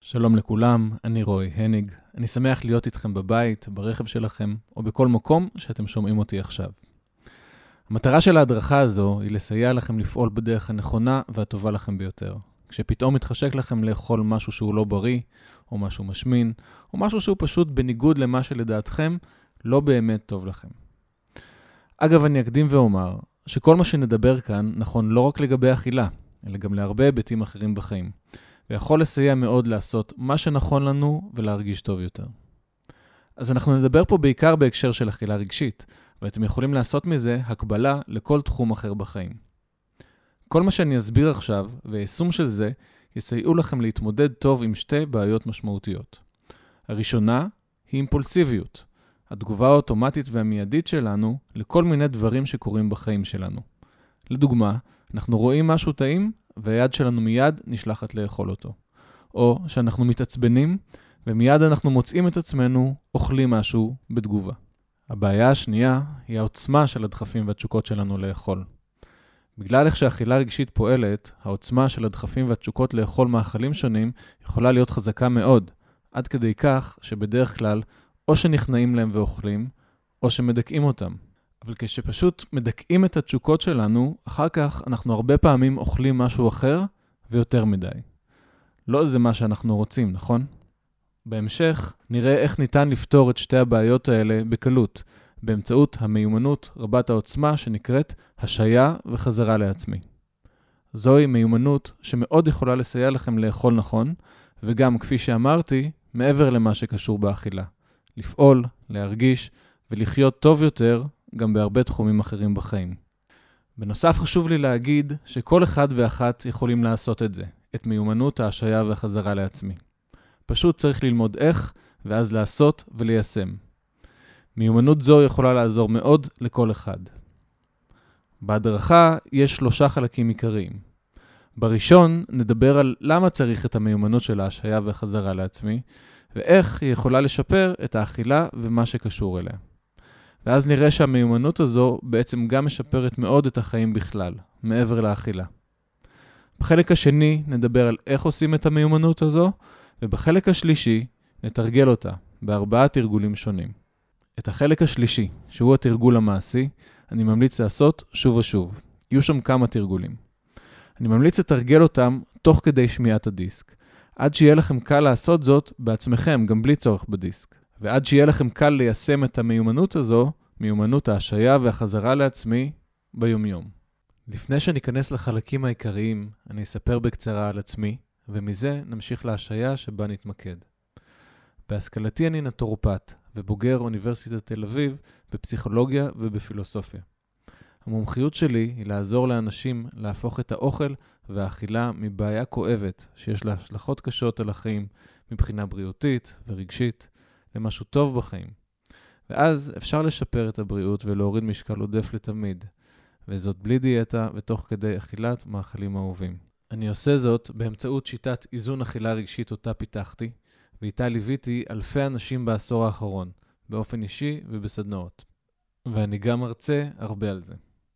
שלום לכולם, אני רועי הניג. אני שמח להיות איתכם בבית, ברכב שלכם, או בכל מקום שאתם שומעים אותי עכשיו. המטרה של ההדרכה הזו היא לסייע לכם לפעול בדרך הנכונה והטובה לכם ביותר. כשפתאום מתחשק לכם לאכול משהו שהוא לא בריא, או משהו משמין, או משהו שהוא פשוט בניגוד למה שלדעתכם לא באמת טוב לכם. אגב, אני אקדים ואומר שכל מה שנדבר כאן נכון לא רק לגבי אכילה, אלא גם להרבה היבטים אחרים בחיים. ויכול לסייע מאוד לעשות מה שנכון לנו ולהרגיש טוב יותר. אז אנחנו נדבר פה בעיקר בהקשר של אכילה רגשית, ואתם יכולים לעשות מזה הקבלה לכל תחום אחר בחיים. כל מה שאני אסביר עכשיו, והיישום של זה, יסייעו לכם להתמודד טוב עם שתי בעיות משמעותיות. הראשונה היא אימפולסיביות, התגובה האוטומטית והמיידית שלנו לכל מיני דברים שקורים בחיים שלנו. לדוגמה, אנחנו רואים משהו טעים, והיד שלנו מיד נשלחת לאכול אותו. או שאנחנו מתעצבנים, ומיד אנחנו מוצאים את עצמנו אוכלים משהו בתגובה. הבעיה השנייה היא העוצמה של הדחפים והתשוקות שלנו לאכול. בגלל איך שהאכילה רגשית פועלת, העוצמה של הדחפים והתשוקות לאכול מאכלים שונים יכולה להיות חזקה מאוד, עד כדי כך שבדרך כלל או שנכנעים להם ואוכלים, או שמדכאים אותם. אבל כשפשוט מדכאים את התשוקות שלנו, אחר כך אנחנו הרבה פעמים אוכלים משהו אחר ויותר מדי. לא זה מה שאנחנו רוצים, נכון? בהמשך נראה איך ניתן לפתור את שתי הבעיות האלה בקלות, באמצעות המיומנות רבת העוצמה שנקראת השעיה וחזרה לעצמי. זוהי מיומנות שמאוד יכולה לסייע לכם לאכול נכון, וגם כפי שאמרתי, מעבר למה שקשור באכילה. לפעול, להרגיש ולחיות טוב יותר גם בהרבה תחומים אחרים בחיים. בנוסף חשוב לי להגיד שכל אחד ואחת יכולים לעשות את זה, את מיומנות ההשעיה והחזרה לעצמי. פשוט צריך ללמוד איך, ואז לעשות וליישם. מיומנות זו יכולה לעזור מאוד לכל אחד. בהדרכה יש 3 חלקים עיקריים. בראשון נדבר על למה צריך את המיומנות של ההשעיה והחזרה לעצמי, ואיך היא יכולה לשפר את האכילה ומה שקשור אליה. ואז נראה שהמיומנות הזו בעצם גם משפרת מאוד את החיים בכלל, מעבר לאכילה. בחלק השני נדבר על איך עושים את המיומנות הזו, ובחלק השלישי נתרגל אותה ב4 תרגולים שונים. את החלק השלישי, שהוא התרגול המעשי, אני ממליץ לעשות שוב ושוב. יהיו שם כמה תרגולים. אני ממליץ לתרגל אותם תוך כדי שמיעת הדיסק, עד שיהיה לכם קל לעשות זאת בעצמכם, גם בלי צורך בדיסק. ועד שיהיה לכם קל ליישם את המיומנות הזו, מיומנות ההשעיה והחזרה לעצמי, ביומיום. לפני שניכנס לחלקים העיקריים, אני אספר בקצרה על עצמי, ומזה נמשיך להשעיה שבה נתמקד. בהשכלתי אני נטורופט, ובוגר אוניברסיטת תל אביב בפסיכולוגיה ובפילוסופיה. המומחיות שלי היא לעזור לאנשים להפוך את האוכל והאכילה מבעיה כואבת, שיש לה השלכות קשות על החיים מבחינה בריאותית ורגשית, למשהו טוב בחיים. ואז אפשר לשפר את הבריאות ולהוריד משקל עודף לתמיד, וזאת בלי דיאטה ותוך כדי אכילת מאכלים אהובים. אני עושה זאת באמצעות שיטת איזון אכילה רגשית אותה פיתחתי, ואיתה ליוויתי אלפי אנשים בעשור האחרון, באופן אישי ובסדנאות. ואני גם מרצה הרבה על זה.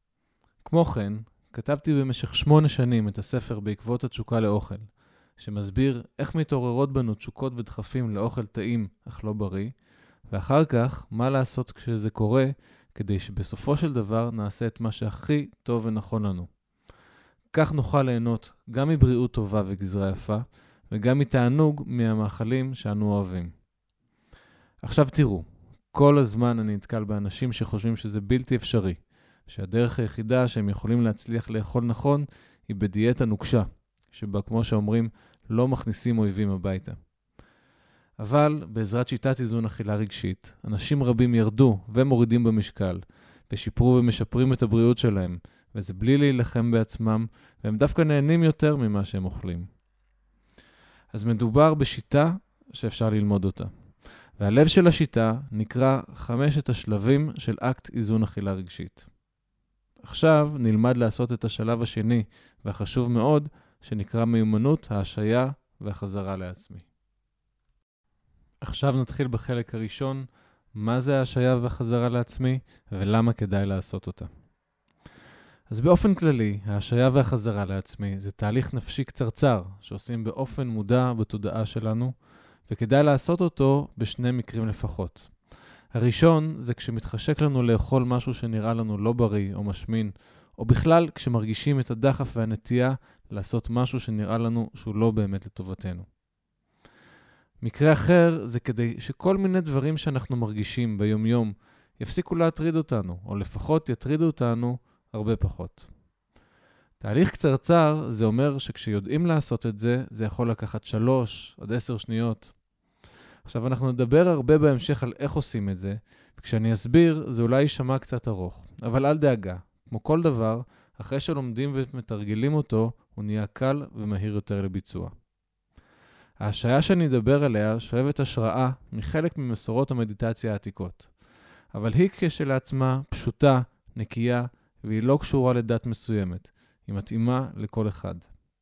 כמו כן, כתבתי במשך 8 שנים את הספר בעקבות התשוקה לאוכל, שמסביר איך מתעוררות בנו תשוקות ודחפים לאוכל טעים אך לא בריא, ואחר כך מה לעשות כשזה קורה, כדי שבסופו של דבר נעשה את מה שהכי טוב ונכון לנו. כך נוכל ליהנות גם מבריאות טובה וגזרה יפה, וגם מתענוג מהמאכלים שאנו אוהבים. עכשיו תראו, כל הזמן אני נתקל באנשים שחושבים שזה בלתי אפשרי, שהדרך היחידה שהם יכולים להצליח לאכול נכון היא בדיאטה נוקשה, שבה כמו שאומרים לא מכניסים אויבים הביתה. אבל בעזרת שיטת איזון אכילה רגשית, אנשים רבים ירדו ומורידים במשקל, ושיפרו ומשפרים את הבריאות שלהם, וזה בלי להילחם בעצמם, והם דווקא נהנים יותר ממה שהם אוכלים. אז מדובר בשיטה שאפשר ללמוד אותה. והלב של השיטה נקרא 5 השלבים של אקט איזון אכילה רגשית. עכשיו נלמד לעשות את השלב השני, והחשוב מאוד, שנקרא מיומנות ההשעיה והחזרה לעצמי. עכשיו נתחיל בחלק הראשון, מה זה ההשעיה והחזרה לעצמי, ולמה כדאי לעשות אותה. אז באופן כללי, ההשעיה והחזרה לעצמי זה תהליך נפשי קצרצר שעושים באופן מודע בתודעה שלנו, וכדאי לעשות אותו בשני מקרים לפחות. הראשון זה כשמתחשק לנו לאכול משהו שנראה לנו לא בריא או משמין, או בכלל כשמרגישים את הדחף והנטייה לעשות משהו שנראה לנו שהוא לא באמת לטובתנו. מקרה אחר זה כדי שכל מיני דברים שאנחנו מרגישים ביום-יום יפסיקו להטריד אותנו, או לפחות יטרידו אותנו הרבה פחות. תהליך קצרצר זה אומר שכשיודעים לעשות את זה, זה יכול לקחת 3 עד 10 שניות. עכשיו אנחנו נדבר הרבה בהמשך על איך עושים את זה, וכשאני אסביר זה אולי יישמע קצת ארוך, אבל אל דאגה. כמו כל דבר, אחרי שלומדים ומתרגלים אותו, הוא נהיה קל ומהיר יותר לביצוע. ההשעיה שאני אדבר עליה שואבת השראה מחלק ממסורות המדיטציה העתיקות, אבל היא כשלעצמה פשוטה, נקייה, והיא לא קשורה לדת מסוימת, היא מתאימה לכל אחד.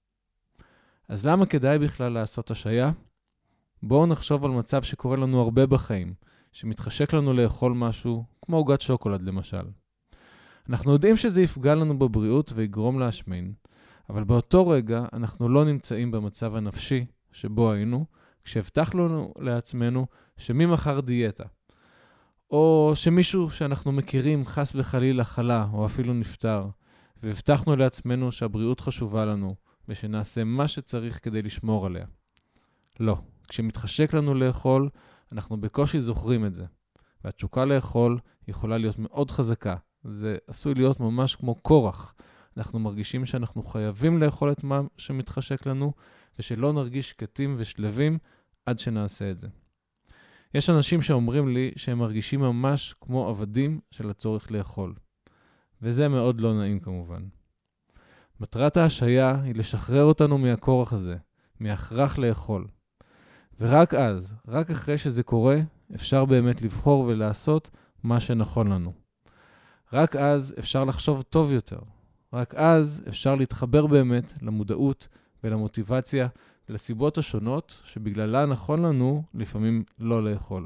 אז למה כדאי בכלל לעשות השעיה? בואו נחשוב על מצב שקורה לנו הרבה בחיים, שמתחשק לנו לאכול משהו, כמו עוגת שוקולד למשל. אנחנו יודעים שזה יפגע לנו בבריאות ויגרום להשמין, אבל באותו רגע אנחנו לא נמצאים במצב הנפשי שבו היינו, כשהבטחנו לעצמנו שממחר דיאטה, או שמישהו שאנחנו מכירים חס וחלילה חלה או אפילו נפטר, והבטחנו לעצמנו שהבריאות חשובה לנו ושנעשה מה שצריך כדי לשמור עליה. לא, כשמתחשק לנו לאכול, אנחנו בקושי זוכרים את זה, והתשוקה לאכול יכולה להיות מאוד חזקה. זה עשוי להיות ממש כמו קורח. אנחנו מרגישים שאנחנו חייבים לאכול את מה שמתחשק לנו, ושלא נרגיש שקטים ושלווים עד שנעשה את זה. יש אנשים שאומרים לי שהם מרגישים ממש כמו עבדים של הצורך לאכול. וזה מאוד לא נעים כמובן. מטרת ההשעיה היא לשחרר אותנו מהכורח הזה, מההכרח לאכול. ורק אז, רק אחרי שזה קורה, אפשר באמת לבחור ולעשות מה שנכון לנו. רק אז אפשר לחשוב טוב יותר. רק אז אפשר להתחבר באמת למודעות ולמוטיבציה ולסיבות השונות שבגללה נכון לנו לפעמים לא לאכול.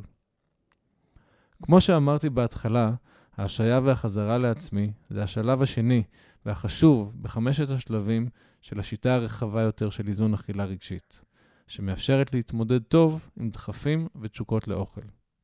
כמו שאמרתי בהתחלה, ההשעיה והחזרה לעצמי זה השלב השני והחשוב ב5 השלבים של השיטה הרחבה יותר של איזון אכילה רגשית, שמאפשרת להתמודד טוב עם דחפים ותשוקות לאוכל.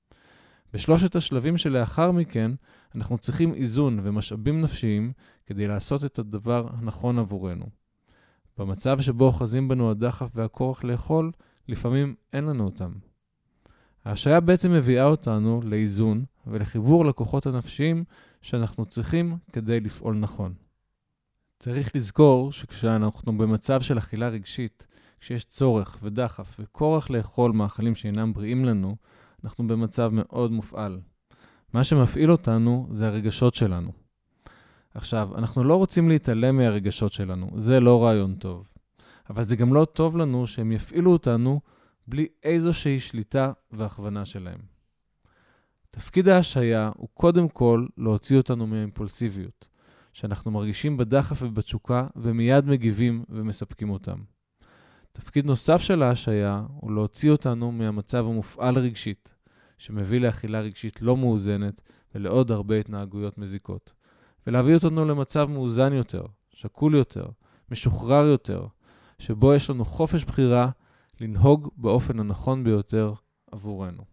ב3 השלבים שלאחר מכן, אנחנו צריכים איזון ומשאבים נפשיים כדי לעשות את הדבר הנכון עבורנו. במצב שבו אוחזים בנו הדחף והכורח לאכול, לפעמים אין לנו אותם. ההשעיה בעצם מביאה אותנו לאיזון ולחיבור לכוחות הנפשיים שאנחנו צריכים כדי לפעול נכון. צריך לזכור שכשאנחנו במצב של אכילה רגשית, כשיש צורך ודחף וכורח לאכול מאכלים שאינם בריאים לנו, אנחנו במצב מאוד מופעל. מה שמפעיל אותנו זה הרגשות שלנו. עכשיו, אנחנו לא רוצים להתעלם מהרגשות שלנו, זה לא רעיון טוב. אבל זה גם לא טוב לנו שהם יפעילו אותנו בלי איזושהי שליטה והכוונה שלהם. תפקיד ההשעיה הוא קודם כל להוציא אותנו מהאימפולסיביות, שאנחנו מרגישים בדחף ובתשוקה ומיד מגיבים ומספקים אותם. תפקיד נוסף של ההשעיה הוא להוציא אותנו מהמצב המופעל רגשית, שמביא לאכילה רגשית לא מאוזנת ולעוד הרבה התנהגויות מזיקות, ולהביא אותנו למצב מאוזן יותר, שקול יותר, משוחרר יותר, שבו יש לנו חופש בחירה לנהוג באופן הנכון ביותר עבורנו.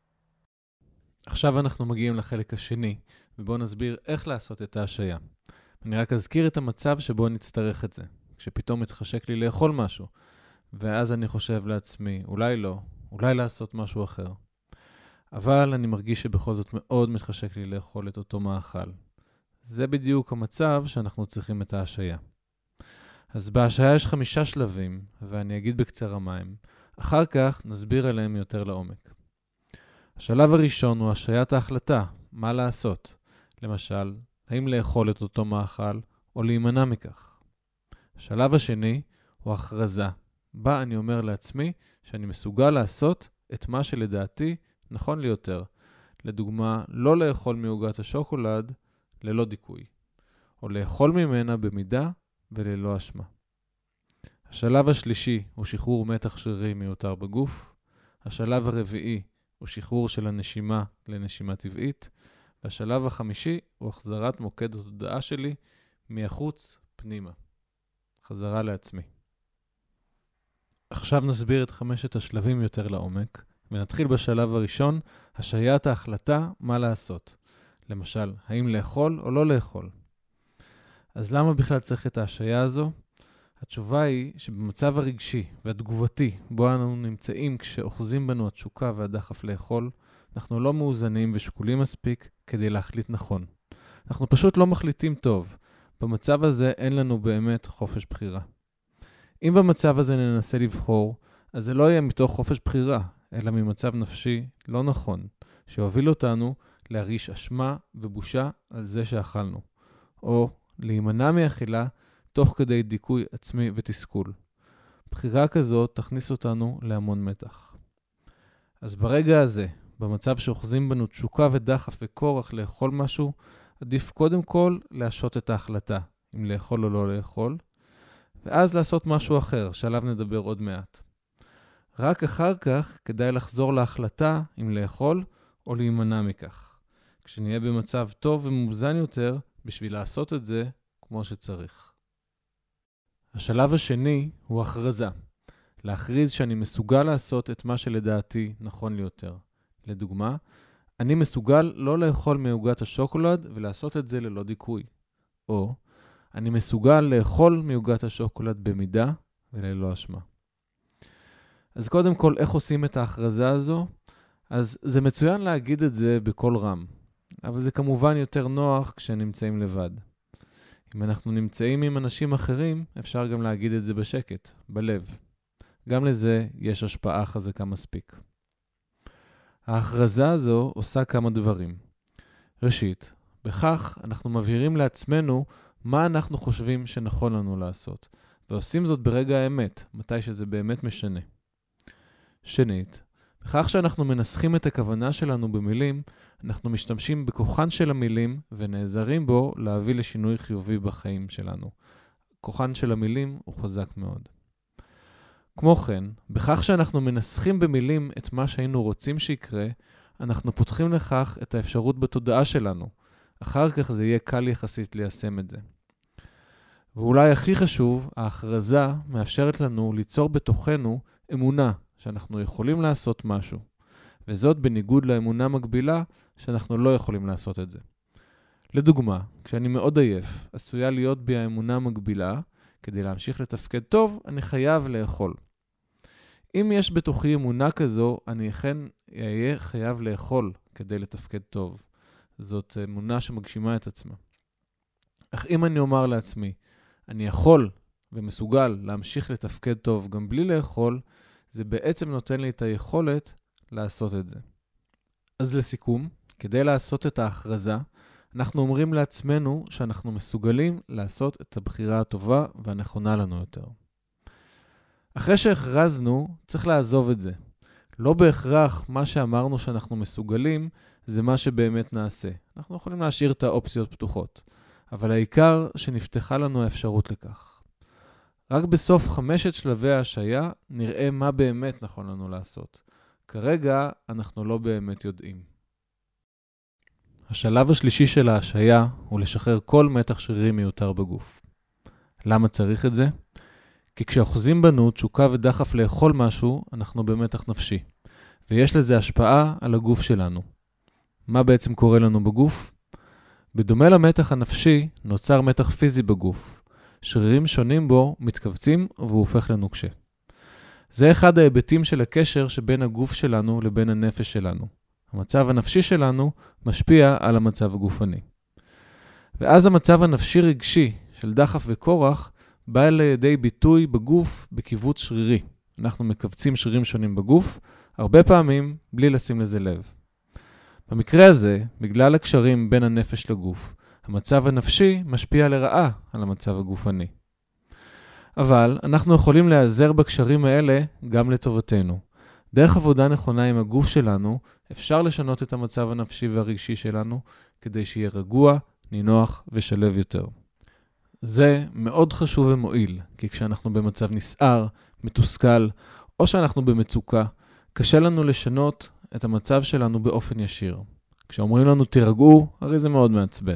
עכשיו אנחנו מגיעים לחלק השני, ובואו נסביר איך לעשות את ההשעיה. אני רק אזכיר את המצב שבו נצטרך את זה, כשפתאום מתחשק לי לאכול משהו, ואז אני חושב לעצמי, אולי לא, אולי לעשות משהו אחר. אבל אני מרגיש שבכל זאת מאוד מתחשק לי לאכול את אותו מאכל. זה בדיוק המצב שאנחנו צריכים את ההשעיה. אז בהשעיה יש 5 שלבים, ואני אגיד בקצרה מה הם. אחר כך נסביר עליהם יותר לעומק. השלב הראשון הוא השעיית ההחלטה, מה לעשות. למשל, האם לאכול את אותו מאכל או להימנע מכך. השלב השני הוא הכרזה, בה אני אומר לעצמי שאני מסוגל לעשות את מה שלדעתי נכון לי יותר. לדוגמה, לא לאכול מעוגת השוקולד ללא דיכוי, או לאכול ממנה במידה וללא אשמה. השלב השלישי הוא שחרור מתח שרירי מיותר בגוף. השלב הרביעי הוא שחרור של הנשימה לנשימה טבעית. והשלב החמישי הוא החזרת מוקד התודעה שלי מהחוץ פנימה. חזרה לעצמי. עכשיו נסביר את 5 השלבים יותר לעומק, ונתחיל בשלב הראשון, השהיית ההחלטה מה לעשות. למשל, האם לאכול או לא לאכול. אז למה בכלל צריך את ההשהיה הזו? התשובה היא שבמצב הרגשי והתגובתי בו אנו נמצאים כשאוחזים בנו התשוקה והדחף לאכול, אנחנו לא מאוזנים ושקולים מספיק כדי להחליט נכון. אנחנו פשוט לא מחליטים טוב. במצב הזה אין לנו באמת חופש בחירה. אם במצב הזה ננסה לבחור, אז זה לא יהיה מתוך חופש בחירה, אלא ממצב נפשי לא נכון, שהוביל אותנו להרגיש אשמה ובושה על זה שאכלנו, או להימנע מאכילה תוך כדי דיכוי עצמי ותסכול. בחירה כזאת תכניס אותנו להמון מתח. אז ברגע הזה, במצב שאוחזים בנו תשוקה ודחף וכורח לאכול משהו, עדיף קודם כל להשעות את ההחלטה, אם לאכול או לא לאכול, ואז לעשות משהו אחר, שעליו נדבר עוד מעט. רק אחר כך כדאי לחזור להחלטה אם לאכול או להימנע מכך, כשנהיה במצב טוב ומאוזן יותר בשביל לעשות את זה כמו שצריך. השלב השני הוא הכרזה. להכריז שאני מסוגל לעשות את מה שלדעתי נכון לי יותר. לדוגמה, אני מסוגל לא לאכול מעוגת השוקולד ולעשות את זה ללא דיכוי. או, אני מסוגל לאכול מעוגת השוקולד במידה וללא אשמה. אז קודם כל, איך עושים את ההכרזה הזו? אז זה מצוין להגיד את זה בקול רם, אבל זה כמובן יותר נוח כשנמצאים לבד. אם אנחנו נמצאים עם אנשים אחרים, אפשר גם להגיד את זה בשקט, בלב. גם לזה יש השפעה חזקה מספיק. ההכרזה הזו עושה כמה דברים. ראשית, בכך אנחנו מבהירים לעצמנו מה אנחנו חושבים שנכון לנו לעשות, ועושים זאת ברגע האמת, מתי שזה באמת משנה. שנית, בכך שאנחנו מנסחים את הכוונה שלנו במילים, אנחנו משתמשים בכוחן של המילים ונעזרים בו להביא לשינוי חיובי בחיים שלנו. כוחן של המילים הוא חזק מאוד. כמו כן, בכך שאנחנו מנסחים במילים את מה שהיינו רוצים שיקרה, אנחנו פותחים לכך את האפשרות בתודעה שלנו. אחר כך זה יהיה קל יחסית ליישם את זה. ואולי הכי חשוב, ההכרזה מאפשרת לנו ליצור בתוכנו אמונה שאנחנו יכולים לעשות משהו. וזאת בניגוד לאמונה מגבילה שאנחנו לא יכולים לעשות את זה. לדוגמה, כשאני מאוד עייף, עשויה להיות בי האמונה מגבילה, כדי להמשיך לתפקד טוב, אני חייב לאכול. אם יש בתוכי אמונה כזו, אני אכן אהיה חייב לאכול כדי לתפקד טוב. זאת אמונה שמגשימה את עצמה. אך אם אני אומר לעצמי, אני יכול ומסוגל להמשיך לתפקד טוב גם בלי לאכול, זה בעצם נותן לי את היכולת לעשות את זה. אז לסיכום, כדי לעשות את ההכרזה, אנחנו אומרים לעצמנו שאנחנו מסוגלים לעשות את הבחירה הטובה והנכונה לנו יותר. אחרי שהכרזנו, צריך לעזוב את זה. לא בהכרח מה שאמרנו שאנחנו מסוגלים, זה מה שבאמת נעשה. אנחנו יכולים להשאיר את האופציות פתוחות, אבל העיקר שנפתחה לנו האפשרות לכך. רק בסוף 5 שלבי ההשהיה נראה מה באמת נכון לנו לעשות. כרגע אנחנו לא באמת יודעים. השלב השלישי של ההשהיה הוא לשחרר כל מתח שרירי מיותר בגוף. למה צריך את זה? כי כשאוחזים בנו תשוקה ודחף לאכול משהו, אנחנו במתח נפשי. ויש לזה השפעה על הגוף שלנו. מה בעצם קורה לנו בגוף? בדומה למתח הנפשי, נוצר מתח פיזי בגוף. שרירים שונים בו מתכווצים והוא הופך לנוקשה. זה אחד ההיבטים של הקשר שבין הגוף שלנו לבין הנפש שלנו. המצב הנפשי שלנו משפיע על המצב הגופני. ואז המצב הנפשי רגשי של דחף וכורח בא לידי ביטוי בגוף בקיבוץ שרירי. אנחנו מקבצים שרירים שונים בגוף, הרבה פעמים בלי לשים לזה לב. במקרה הזה, בגלל הקשרים בין הנפש לגוף, המצב הנפשי משפיע לרעה על המצב הגופני. אבל אנחנו יכולים להיעזר בקשרים האלה גם לטובתנו. דרך עבודה נכונה עם הגוף שלנו, אפשר לשנות את המצב הנפשי והרגשי שלנו, כדי שיהיה רגוע, נינוח ושלב יותר. זה מאוד חשוב ומועיל, כי כשאנחנו במצב נסער, מתוסכל, או שאנחנו במצוקה, קשה לנו לשנות את המצב שלנו באופן ישיר. כשאומרים לנו תירגעו, הרי זה מאוד מעצבן.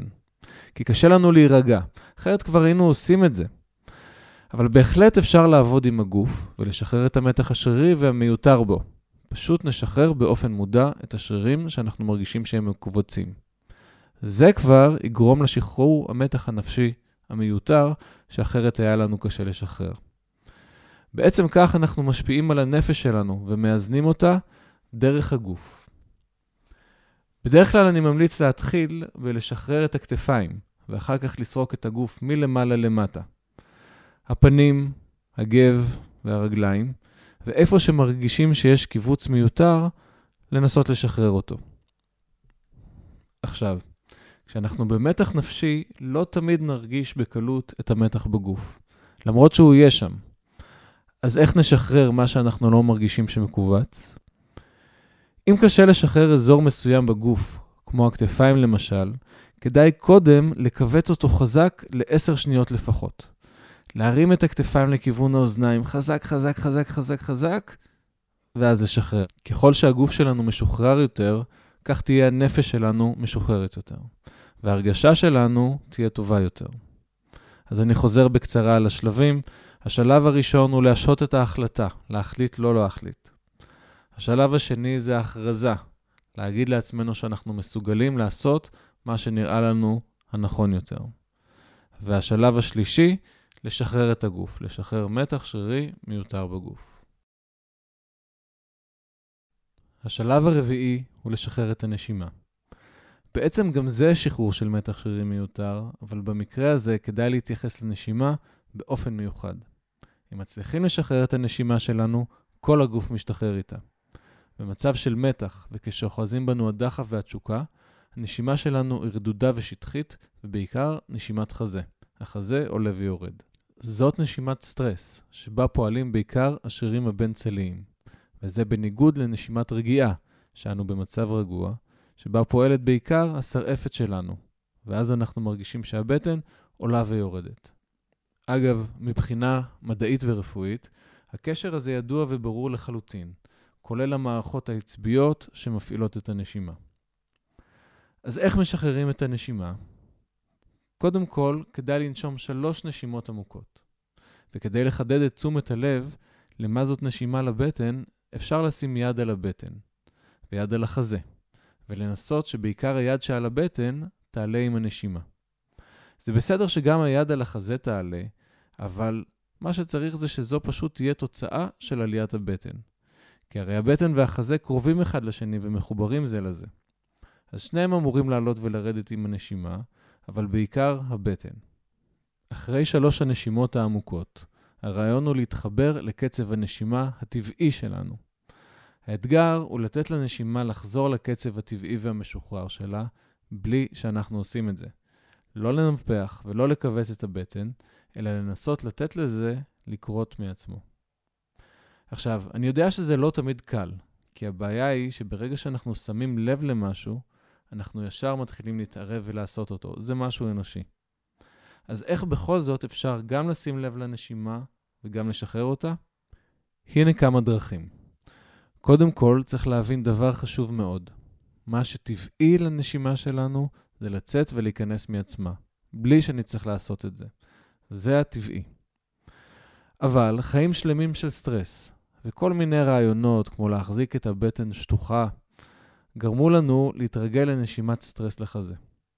כי קשה לנו להירגע, אחרת כבר היינו עושים את זה. אבל בהחלט אפשר לעבוד עם הגוף ולשחרר את המתח השרירי והמיותר בו. פשוט נשחרר באופן מודע את השרירים שאנחנו מרגישים שהם מכווצים. זה כבר יגרום לשחרור המתח הנפשי המיותר, שאחרת היה לנו קשה לשחרר. בעצם כך אנחנו משפיעים על הנפש שלנו ומאזנים אותה דרך הגוף. בדרך כלל אני ממליץ להתחיל ולשחרר את הכתפיים, ואחר כך לסרוק את הגוף מלמעלה למטה. הפנים, הגב והרגליים, ואיפה שמרגישים שיש קיבוץ מיותר, לנסות לשחרר אותו. עכשיו, כשאנחנו במתח נפשי, לא תמיד נרגיש בקלות את המתח בגוף, למרות שהוא יהיה שם. אז איך נשחרר מה שאנחנו לא מרגישים שמקובץ? אם קשה לשחרר אזור מסוים בגוף, כמו הכתפיים למשל, כדאי קודם לקבץ אותו חזק ל10 שניות לפחות. להרים את הכתפיים לכיוון האוזניים, חזק, חזק, חזק, חזק, חזק, ואז לשחרר. ככל שהגוף שלנו משוחרר יותר, כך תהיה הנפש שלנו משוחררת יותר. וההרגשה שלנו תהיה טובה יותר. אז אני חוזר בקצרה על השלבים. השלב הראשון הוא להשהות את ההחלטה, להחליט לא להחליט. השלב השני זה ההכרזה, להגיד לעצמנו שאנחנו מסוגלים לעשות מה שנראה לנו הנכון יותר. והשלב השלישי, לשחרר את הגוף, לשחרר מתח שרירי מיותר בגוף. השלב הרביעי הוא לשחרר את הנשימה. בעצם גם זה שחרור של מתח שרירי מיותר, אבל במקרה הזה כדאי להתייחס לנשימה באופן מיוחד. אם מצליחים לשחרר את הנשימה שלנו, כל הגוף משתחרר איתה. במצב של מתח וכשאוחזים בנו הדחף והתשוקה, הנשימה שלנו היא רדודה ושטחית, ובעיקר נשימת חזה. החזה עולה ויורד. זאת נשימת סטרס, שבה פועלים בעיקר השרירים הבין-צליים. וזה בניגוד לנשימת רגיעה, שאנו במצב רגוע, שבה פועלת בעיקר השרעפת שלנו. ואז אנחנו מרגישים שהבטן עולה ויורדת. אגב, מבחינה מדעית ורפואית, הקשר הזה ידוע וברור לחלוטין, כולל המערכות העצביות שמפעילות את הנשימה. אז איך משחררים את הנשימה? קודם כל, כדאי לנשום 3 נשימות עמוקות. וכדי לחדד את תשומת הלב, למה זאת נשימה לבטן, אפשר לשים יד על הבטן, ויד על החזה, ולנסות שבעיקר היד שעל הבטן תעלה עם הנשימה. זה בסדר שגם היד על החזה תעלה, אבל מה שצריך זה שזו פשוט תהיה תוצאה של עליית הבטן. כי הרי הבטן והחזה קרובים אחד לשני ומחוברים זה לזה. אז שניהם אמורים לעלות ולרדת עם הנשימה, אבל בעיקר הבטן. אחרי 3 הנשימות העמוקות, הרעיון הוא להתחבר לקצב הנשימה הטבעי שלנו. האתגר הוא לתת לנשימה לחזור לקצב הטבעי והמשוחרר שלה, בלי שאנחנו עושים את זה. לא לנפח ולא לכווץ את הבטן, אלא לנסות לתת לזה לקרות מעצמו. עכשיו, אני יודע שזה לא תמיד קל, כי הבעיה היא שברגע שאנחנו שמים לב למשהו, אנחנו ישר מתחילים להתערב ולעשות אותו. זה משהו אנושי. אז איך בכל זאת אפשר גם לשים לב לנשימה וגם לשחרר אותה? הנה כמה דרכים. קודם כל, צריך להבין דבר חשוב מאוד. מה שטבעי לנשימה שלנו זה לצאת ולהיכנס מעצמה, בלי שנצטרך לעשות את זה. זה הטבעי. אבל חיים שלמים של סטרס, וכל מיני רעיונות כמו להחזיק את הבטן שטוחה, גרמו לנו להתרגל לנשימת סטרס לחזה.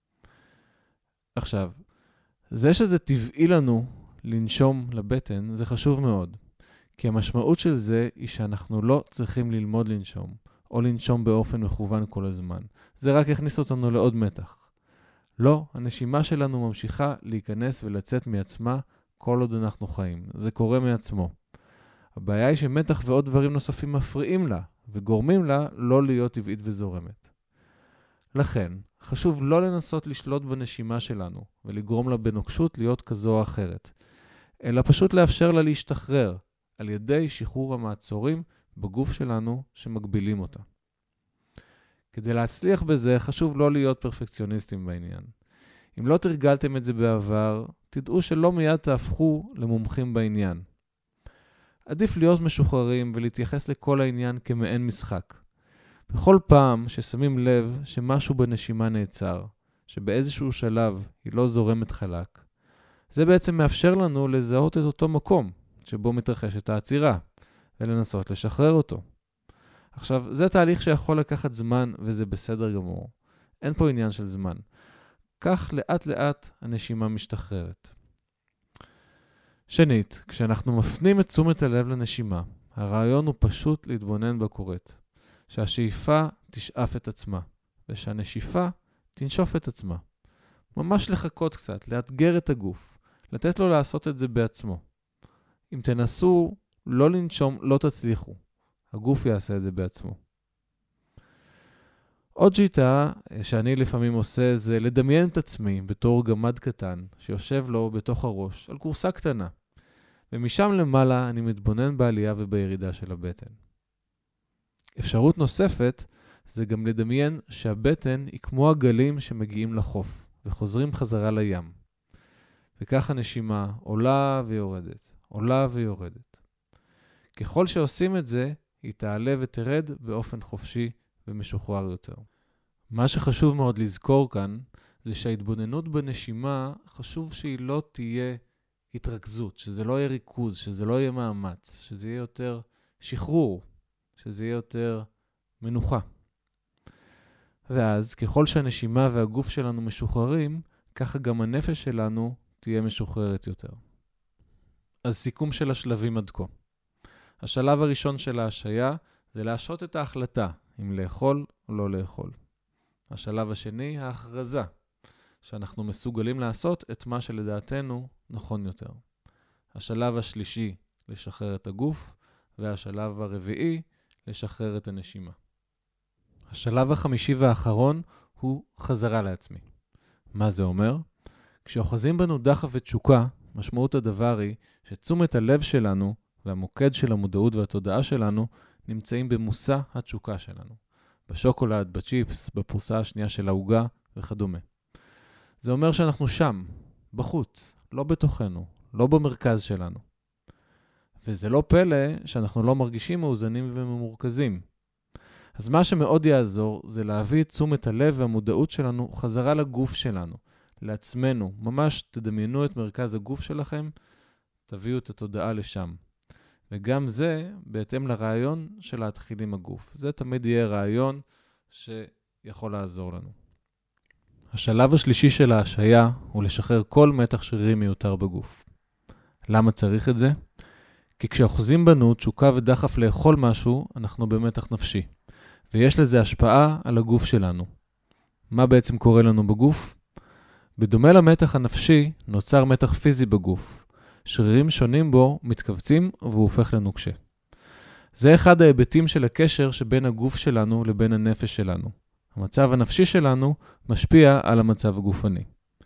עכשיו, זה שזה טבעי לנו לנשום לבטן זה חשוב מאוד, כי המשמעות של זה היא שאנחנו לא צריכים ללמוד לנשום, או לנשום באופן מכוון כל הזמן. זה רק יכניס אותנו לעוד מתח. לא, הנשימה שלנו ממשיכה להיכנס ולצאת מעצמה כל עוד אנחנו חיים. זה קורה מעצמו. הבעיה היא שמתח ועוד דברים נוספים מפריעים לה, וגורמים לה לא להיות טבעית וזורמת. לכן, חשוב לא לנסות לשלוט בנשימה שלנו, ולגרום לה בנוקשות להיות כזו או אחרת, אלא פשוט לאפשר לה להשתחרר, על ידי שחרור המעצורים בגוף שלנו שמגבילים אותה. כדי להצליח בזה, חשוב לא להיות פרפקציוניסטים בעניין. אם לא תרגלתם את זה בעבר, תדעו שלא מיד תהפכו למומחים בעניין. עדיף להיות משוחררים ולהתייחס לכל העניין כמעין משחק. בכל פעם ששמים לב שמשהו בנשימה נעצר, שבאיזשהו שלב היא לא זורמת חלק, זה בעצם מאפשר לנו לזהות את אותו מקום שבו מתרחשת העצירה, ולנסות לשחרר אותו. עכשיו, זה תהליך שיכול לקחת זמן, וזה בסדר גמור. אין פה עניין של זמן. כך לאט לאט הנשימה משתחררת. שנית, כשאנחנו מפנים את תשומת הלב לנשימה, הרעיון הוא פשוט להתבונן בקורית. שהשאיפה תשאף את עצמה, ושהנשיפה תנשוף את עצמה. ממש לחכות קצת, לאתגר את הגוף, לתת לו לעשות את זה בעצמו. אם תנסו לא לנשום, לא תצליחו. הגוף יעשה את זה בעצמו. עוד שיטה שאני לפעמים עושה זה לדמיין את עצמי בתור גמד קטן שיושב לו בתוך הראש על קורסה קטנה. ומשם למעלה אני מתבונן בעלייה ובירידה של הבטן. אפשרות נוספת זה גם לדמיין שהבטן היא כמו הגלים שמגיעים לחוף וחוזרים חזרה לים. וכך הנשימה עולה ויורדת, עולה ויורדת. ככל שעושים את זה, היא תעלה ותרד באופן חופשי ומשוחרר יותר. מה שחשוב מאוד לזכור כאן, זה שההתבוננות בנשימה חשוב שהיא לא תהיה התרכזות, שזה לא יהיה ריכוז, שזה לא יהיה מאמץ, שזה יהיה יותר שחרור, שזה יהיה יותר מנוחה. ואז ככל שהנשימה והגוף שלנו משוחררים, ככה גם הנפש שלנו תהיה משוחררת יותר. אז סיכום של השלבים עד כה. השלב הראשון של ההשעיה זה להשעות את ההחלטה, אם לאכול או לא לאכול. השלב השני, ההכרזה, שאנחנו מסוגלים לעשות את מה שלדעתנו נכון יותר. השלב השלישי, לשחרר את הגוף, והשלב הרביעי, לשחרר את הנשימה. השלב החמישי והאחרון הוא חזרה לעצמי. מה זה אומר? כשאוחזים בנו דחף ותשוקה, משמעות הדבר היא שתשומת הלב שלנו והמוקד של המודעות והתודעה שלנו נמצאים במושא התשוקה שלנו. בשוקולד, בצ'יפס, בפרוסה השנייה של העוגה וכדומה. זה אומר שאנחנו שם, בחוץ, לא בתוכנו, לא במרכז שלנו. וזה לא פלא שאנחנו לא מרגישים מאוזנים וממורכזים. אז מה שמאוד יעזור זה להביא את תשומת הלב והמודעות שלנו חזרה לגוף שלנו, לעצמנו. ממש תדמיינו את מרכז הגוף שלכם, תביאו את התודעה לשם. וגם זה בהתאם לרעיון של להתחיל עם הגוף. זה תמיד יהיה רעיון שיכול לעזור לנו. השלב השלישי של ההשעיה הוא לשחרר כל מתח שרירי מיותר בגוף. למה צריך את זה? כי כשאוחזים בנו תשוקה ודחף לאכול משהו, אנחנו במתח נפשי. ויש לזה השפעה על הגוף שלנו. מה בעצם קורה לנו בגוף? בדומה למתח הנפשי, נוצר מתח פיזי בגוף. שרירים שונים בו מתכווצים והוא הופך לנוקשה. זה אחד ההיבטים של הקשר שבין הגוף שלנו לבין הנפש שלנו. המצב הנפשי שלנו משפיע על המצב הגופני.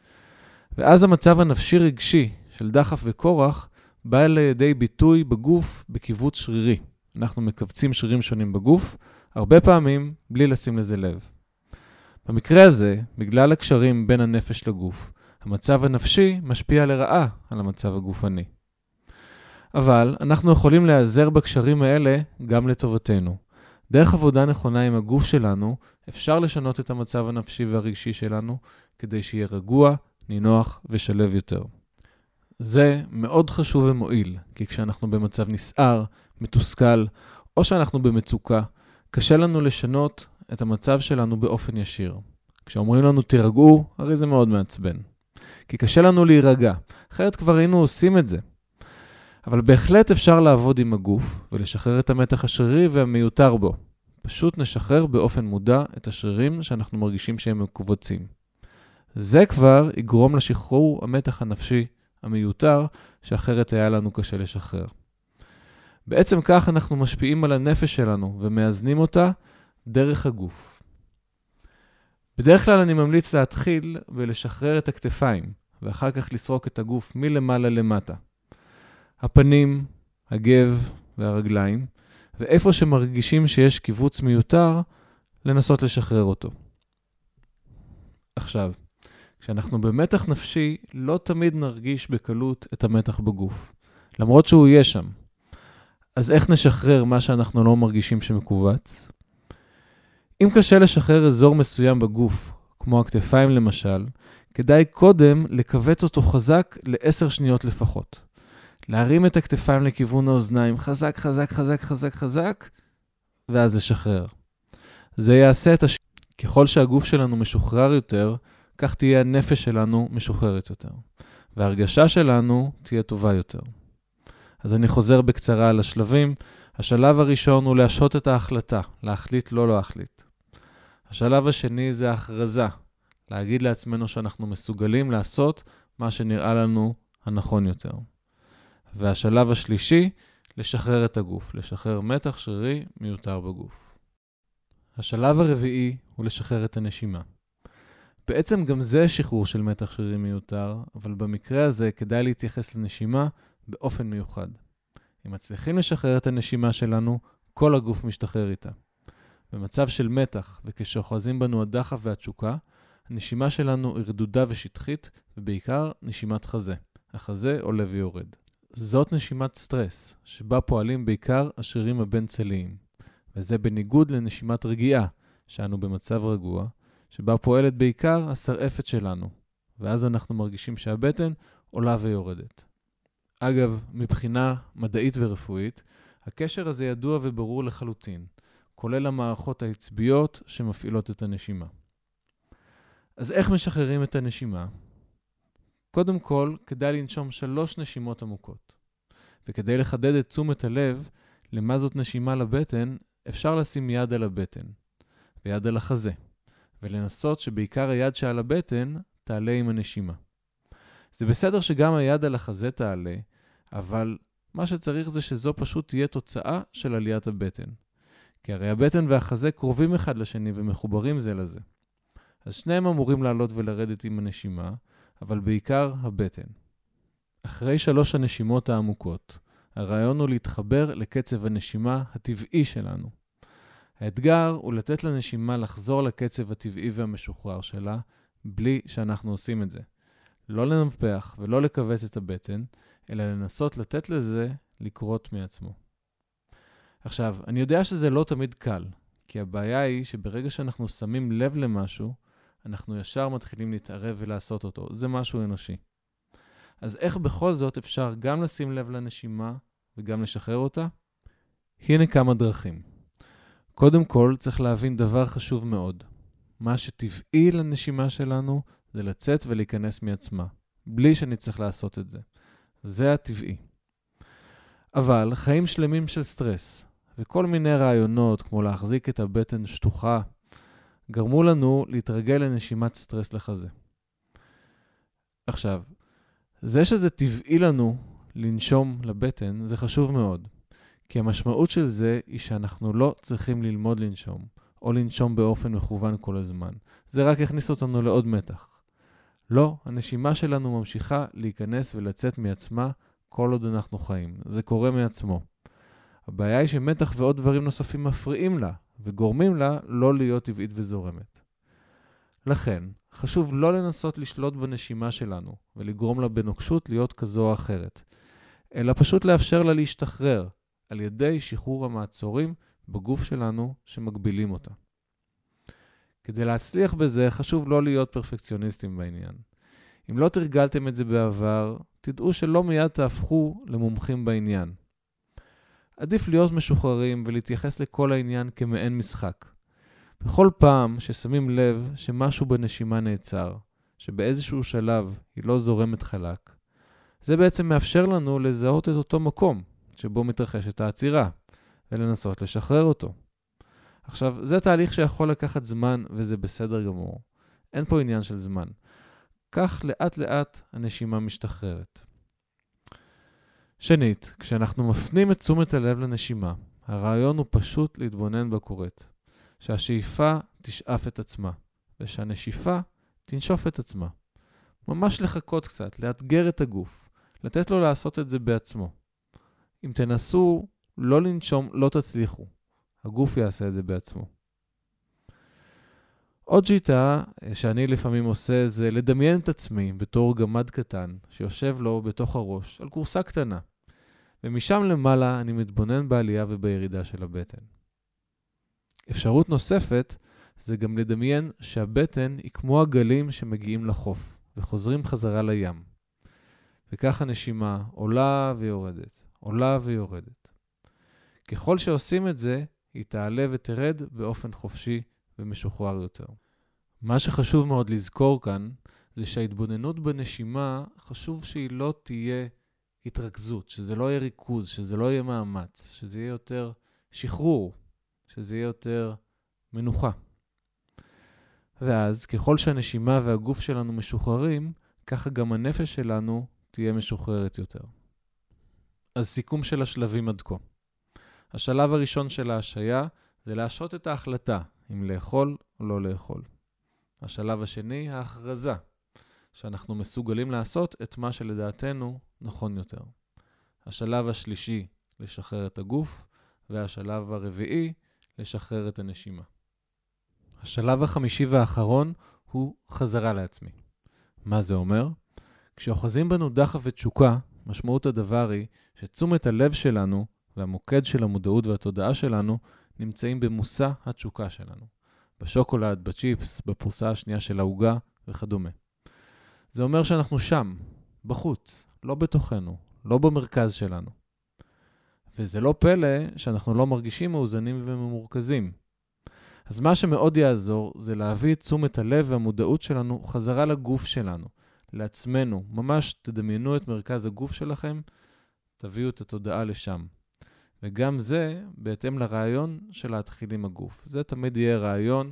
ואז המצב הנפשי רגשי של דחף וכורח בא לידי ביטוי בגוף בקיבוץ שרירי. אנחנו מכווצים שרירים שונים בגוף, הרבה פעמים בלי לשים לזה לב. במקרה הזה, בגלל הקשרים בין הנפש לגוף, המצב הנפשי משפיע לרעה על המצב הגופני. אבל אנחנו יכולים להיעזר בקשרים האלה גם לטובתנו. דרך עבודה נכונה עם הגוף שלנו, אפשר לשנות את המצב הנפשי והרגשי שלנו, כדי שיהיה רגוע, נינוח ושלב יותר. זה מאוד חשוב ומועיל, כי כשאנחנו במצב נסער, מתוסכל, או שאנחנו במצוקה, קשה לנו לשנות את המצב שלנו באופן ישיר. כשאומרים לנו תירגעו, הרי זה מאוד מעצבן. כי קשה לנו להירגע, אחרת כבר היינו עושים את זה. אבל בהחלט אפשר לעבוד עם הגוף ולשחרר את המתח השרירי והמיותר בו. פשוט נשחרר באופן מודע את השרירים שאנחנו מרגישים שהם מכווצים. זה כבר יגרום לשחרור המתח הנפשי המיותר שאחרת היה לנו קשה לשחרר. בעצם כך אנחנו משפיעים על הנפש שלנו ומאזנים אותה דרך הגוף. בדרך כלל אני ממליץ להתחיל ולשחרר את הכתפיים ואחר כך לסרוק את הגוף מלמעלה למטה. הפנים, הגב והרגליים, ואיפה שמרגישים שיש קיבוץ מיותר, לנסות לשחרר אותו. עכשיו, כשאנחנו במתח נפשי, לא תמיד נרגיש בקלות את המתח בגוף, למרות שהוא יהיה שם. אז איך נשחרר מה שאנחנו לא מרגישים שמקובץ? אם קשה לשחרר אזור מסוים בגוף, כמו הכתפיים למשל, כדאי קודם לקבץ אותו חזק ל10 שניות לפחות. להרים את הכתפיים לכיוון האוזניים, חזק, חזק, חזק, חזק, חזק, ואז לשחרר. זה יעשה את ככל שהגוף שלנו משוחרר יותר, כך תהיה הנפש שלנו משוחררת יותר. וההרגשה שלנו תהיה טובה יותר. אז אני חוזר בקצרה על השלבים. השלב הראשון הוא להשהות את ההחלטה, להחליט לא להחליט. השלב השני זה ההכרזה, להגיד לעצמנו שאנחנו מסוגלים לעשות מה שנראה לנו הנכון יותר. והשלב השלישי, לשחרר את הגוף, לשחרר מתח שרירי מיותר בגוף. השלב הרביעי הוא לשחרר את הנשימה. בעצם גם זה שחרור של מתח שרירי מיותר, אבל במקרה הזה כדאי להתייחס לנשימה באופן מיוחד. אם מצליחים לשחרר את הנשימה שלנו, כל הגוף משתחרר איתה. במצב של מתח וכשאוחזים בנו הדחף והתשוקה, הנשימה שלנו היא רדודה ושטחית, ובעיקר נשימת חזה. החזה עולה ויורד. זאת נשימת סטרס, שבה פועלים בעיקר השרירים הבין-צליים. וזה בניגוד לנשימת רגיעה, שאנו במצב רגוע, שבה פועלת בעיקר השרעפת שלנו. ואז אנחנו מרגישים שהבטן עולה ויורדת. אגב, מבחינה מדעית ורפואית, הקשר הזה ידוע וברור לחלוטין, כולל המערכות העצביות שמפעילות את הנשימה. אז איך משחררים את הנשימה? קודם כל, כדאי לנשום 3 נשימות עמוקות. וכדי לחדד את תשומת הלב, למה זאת נשימה לבטן, אפשר לשים יד על הבטן, ויד על החזה, ולנסות שבעיקר היד שעל הבטן תעלה עם הנשימה. זה בסדר שגם היד על החזה תעלה, אבל מה שצריך זה שזו פשוט תהיה תוצאה של עליית הבטן. כי הרי הבטן והחזה קרובים אחד לשני ומחוברים זה לזה. אז שניהם אמורים לעלות ולרדת עם הנשימה, אבל בעיקר הבטן. אחרי 3 הנשימות העמוקות, הרעיון הוא להתחבר לקצב הנשימה הטבעי שלנו. האתגר הוא לתת לנשימה לחזור לקצב הטבעי והמשוחרר שלה, בלי שאנחנו עושים את זה. לא לנפח ולא לכווץ את הבטן, אלא לנסות לתת לזה לקרות מעצמו. עכשיו, אני יודע שזה לא תמיד קל, כי הבעיה היא שברגע שאנחנו שמים לב למשהו, אנחנו ישר מתחילים להתערב ולעשות אותו. זה משהו אנושי. אז איך בכל זאת אפשר גם לשים לב לנשימה וגם לשחרר אותה? הנה כמה דרכים. קודם כל, צריך להבין דבר חשוב מאוד. מה שטבעי לנשימה שלנו זה לצאת ולהיכנס מעצמה, בלי שנצטרך לעשות את זה. זה הטבעי. אבל חיים שלמים של סטרס, וכל מיני רעיונות כמו להחזיק את הבטן שטוחה, גרמו לנו להתרגל לנשימת סטרס לחזה. עכשיו, זה שזה טבעי לנו לנשום לבטן זה חשוב מאוד, כי המשמעות של זה היא שאנחנו לא צריכים ללמוד לנשום, או לנשום באופן מכוון כל הזמן. זה רק יכניס אותנו לעוד מתח. לא, הנשימה שלנו ממשיכה להיכנס ולצאת מעצמה כל עוד אנחנו חיים. זה קורה מעצמו. הבעיה היא שמתח ועוד דברים נוספים מפריעים לה, וגורמים לה לא להיות טבעית וזורמת. לכן, חשוב לא לנסות לשלוט בנשימה שלנו, ולגרום לה בנוקשות להיות כזו או אחרת, אלא פשוט לאפשר לה להשתחרר, על ידי שחרור המעצורים בגוף שלנו שמגבילים אותה. כדי להצליח בזה, חשוב לא להיות פרפקציוניסטים בעניין. אם לא תרגלתם את זה בעבר, תדעו שלא מיד תהפכו למומחים בעניין. עדיף להיות משוחררים ולהתייחס לכל העניין כמעין משחק. בכל פעם ששמים לב שמשהו בנשימה נעצר, שבאיזשהו שלב היא לא זורמת חלק, זה בעצם מאפשר לנו לזהות את אותו מקום שבו מתרחשת העצירה, ולנסות לשחרר אותו. עכשיו, זה תהליך שיכול לקחת זמן וזה בסדר גמור. אין פה עניין של זמן. כך לאט לאט הנשימה משתחררת. שנית, כשאנחנו מפנים את תשומת הלב לנשימה, הרעיון הוא פשוט להתבונן בקורית. שהשאיפה תשאף את עצמה, ושהנשיפה תנשוף את עצמה. ממש לחכות קצת, לאתגר את הגוף, לתת לו לעשות את זה בעצמו. אם תנסו לא לנשום, לא תצליחו. הגוף יעשה את זה בעצמו. עוד שיטה שאני לפעמים עושה זה לדמיין את עצמי בתור גמד קטן שיושב לו בתוך הראש על קורסה קטנה. ומשם למעלה אני מתבונן בעלייה ובירידה של הבטן. אפשרות נוספת זה גם לדמיין שהבטן היא כמו הגלים שמגיעים לחוף וחוזרים חזרה לים. וכך הנשימה עולה ויורדת, עולה ויורדת. ככל שעושים את זה, היא תעלה ותרד באופן חופשי ומשוחרר יותר. מה שחשוב מאוד לזכור כאן, זה שההתבוננות בנשימה, חשוב שהיא לא תהיה התרכזות, שזה לא יהיה ריכוז, שזה לא יהיה מאמץ, שזה יהיה יותר שחרור, שזה יהיה יותר מנוחה. ואז, ככל שהנשימה והגוף שלנו משוחררים, ככה גם הנפש שלנו תהיה משוחררת יותר. אז סיכום של השלבים עד כה. השלב הראשון של ההשעיה זה להשעות את ההחלטה, אם לאכול או לא לאכול. השלב השני, ההכרזה, שאנחנו מסוגלים לעשות את מה שלדעתנו נכון יותר. השלב השלישי, לשחרר את הגוף, והשלב הרביעי, לשחרר את הנשימה. השלב החמישי והאחרון הוא חזרה לעצמי. מה זה אומר? כשאוחזים בנו דחף ותשוקה, משמעות הדבר היא שתשומת הלב שלנו והמוקד של המודעות והתודעה שלנו נמצאים במושא התשוקה שלנו. בשוקולד, בצ'יפס, בפרוסה השנייה של העוגה וכדומה. זה אומר שאנחנו שם, בחוץ, לא בתוכנו, לא במרכז שלנו. וזה לא פלא שאנחנו לא מרגישים מאוזנים וממורכזים. אז מה שמאוד יעזור זה להביא את תשומת הלב והמודעות שלנו חזרה לגוף שלנו, לעצמנו. ממש תדמיינו את מרכז הגוף שלכם, תביאו את התודעה לשם. וגם זה בהתאם לרעיון של להתחיל עם הגוף. זה תמיד יהיה רעיון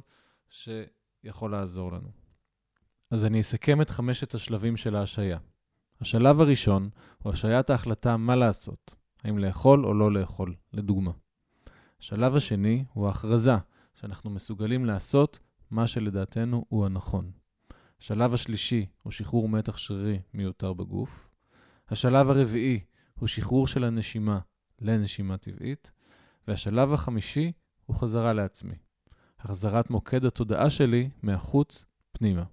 שיכול לעזור לנו. אז אני אסכם את 5 השלבים של ההשעיה. השלב הראשון הוא השעיית ההחלטה מה לעשות, האם לאכול או לא לאכול, לדוגמה. השלב השני הוא ההכרזה, שאנחנו מסוגלים לעשות מה שלדעתנו הוא הנכון. השלב השלישי הוא שחרור מתח שרירי מיותר בגוף. השלב הרביעי הוא שחרור של הנשימה לנשימה טבעית. והשלב החמישי הוא חזרה לעצמי. החזרת מוקד התודעה שלי מהחוץ פנימה.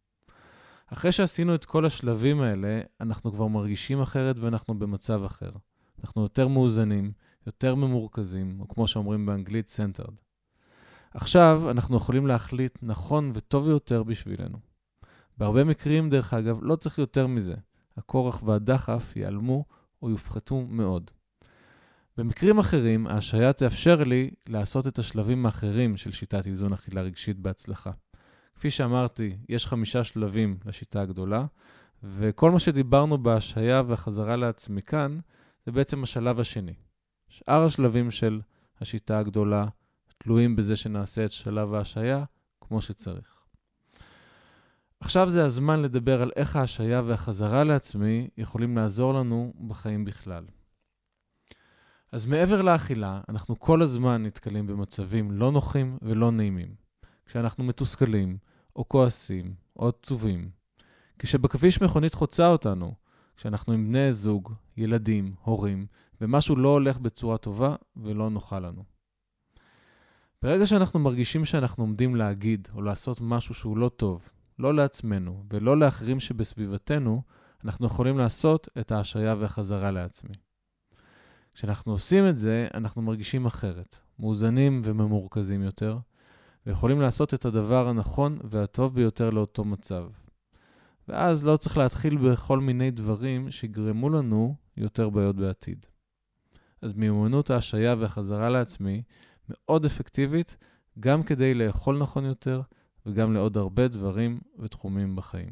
אחרי שעשינו את כל השלבים האלה, אנחנו כבר מרגישים אחרת ואנחנו במצב אחר. אנחנו יותר מאוזנים, יותר ממורכזים, או כמו שאומרים באנגלית, centered. עכשיו אנחנו יכולים להחליט נכון וטוב יותר בשבילנו. בהרבה מקרים, דרך אגב, לא צריך יותר מזה. הכורח והדחף ייעלמו או יופחתו מאוד. במקרים אחרים, ההשעיה תאפשר לי לעשות את השלבים האחרים של שיטת איזון אכילה רגשית בהצלחה. כפי שאמרתי, יש 5 שלבים לשיטה הגדולה, וכל מה שדיברנו בהשעיה והחזרה לעצמי כאן, זה בעצם השלב השני. שאר השלבים של השיטה הגדולה תלויים בזה שנעשה את שלב ההשעיה כמו שצריך. עכשיו זה הזמן לדבר על איך ההשעיה והחזרה לעצמי יכולים לעזור לנו בחיים בכלל. אז מעבר לאכילה, אנחנו כל הזמן נתקלים במצבים לא נוחים ולא נעימים. כשאנחנו מתוסכלים, או כועסים, או עצובים. כשבכביש מכונית חוצה אותנו, כשאנחנו עם בני זוג, ילדים, הורים, ומשהו לא הולך בצורה טובה ולא נוחה לנו. ברגע שאנחנו מרגישים שאנחנו עומדים להגיד או לעשות משהו שהוא לא טוב, לא לעצמנו ולא לאחרים שבסביבתנו, אנחנו יכולים לעשות את ההשעיה והחזרה לעצמי. כשאנחנו עושים את זה, אנחנו מרגישים אחרת, מאוזנים וממורכזים יותר, ויכולים לעשות את הדבר הנכון והטוב ביותר לאותו מצב. ואז לא צריך להתחיל בכל מיני דברים שיגרמו לנו יותר בעיות בעתיד. אז מיומנות ההשעיה והחזרה לעצמי מאוד אפקטיבית, גם כדי לאכול נכון יותר, וגם לעוד הרבה דברים ותחומים בחיים.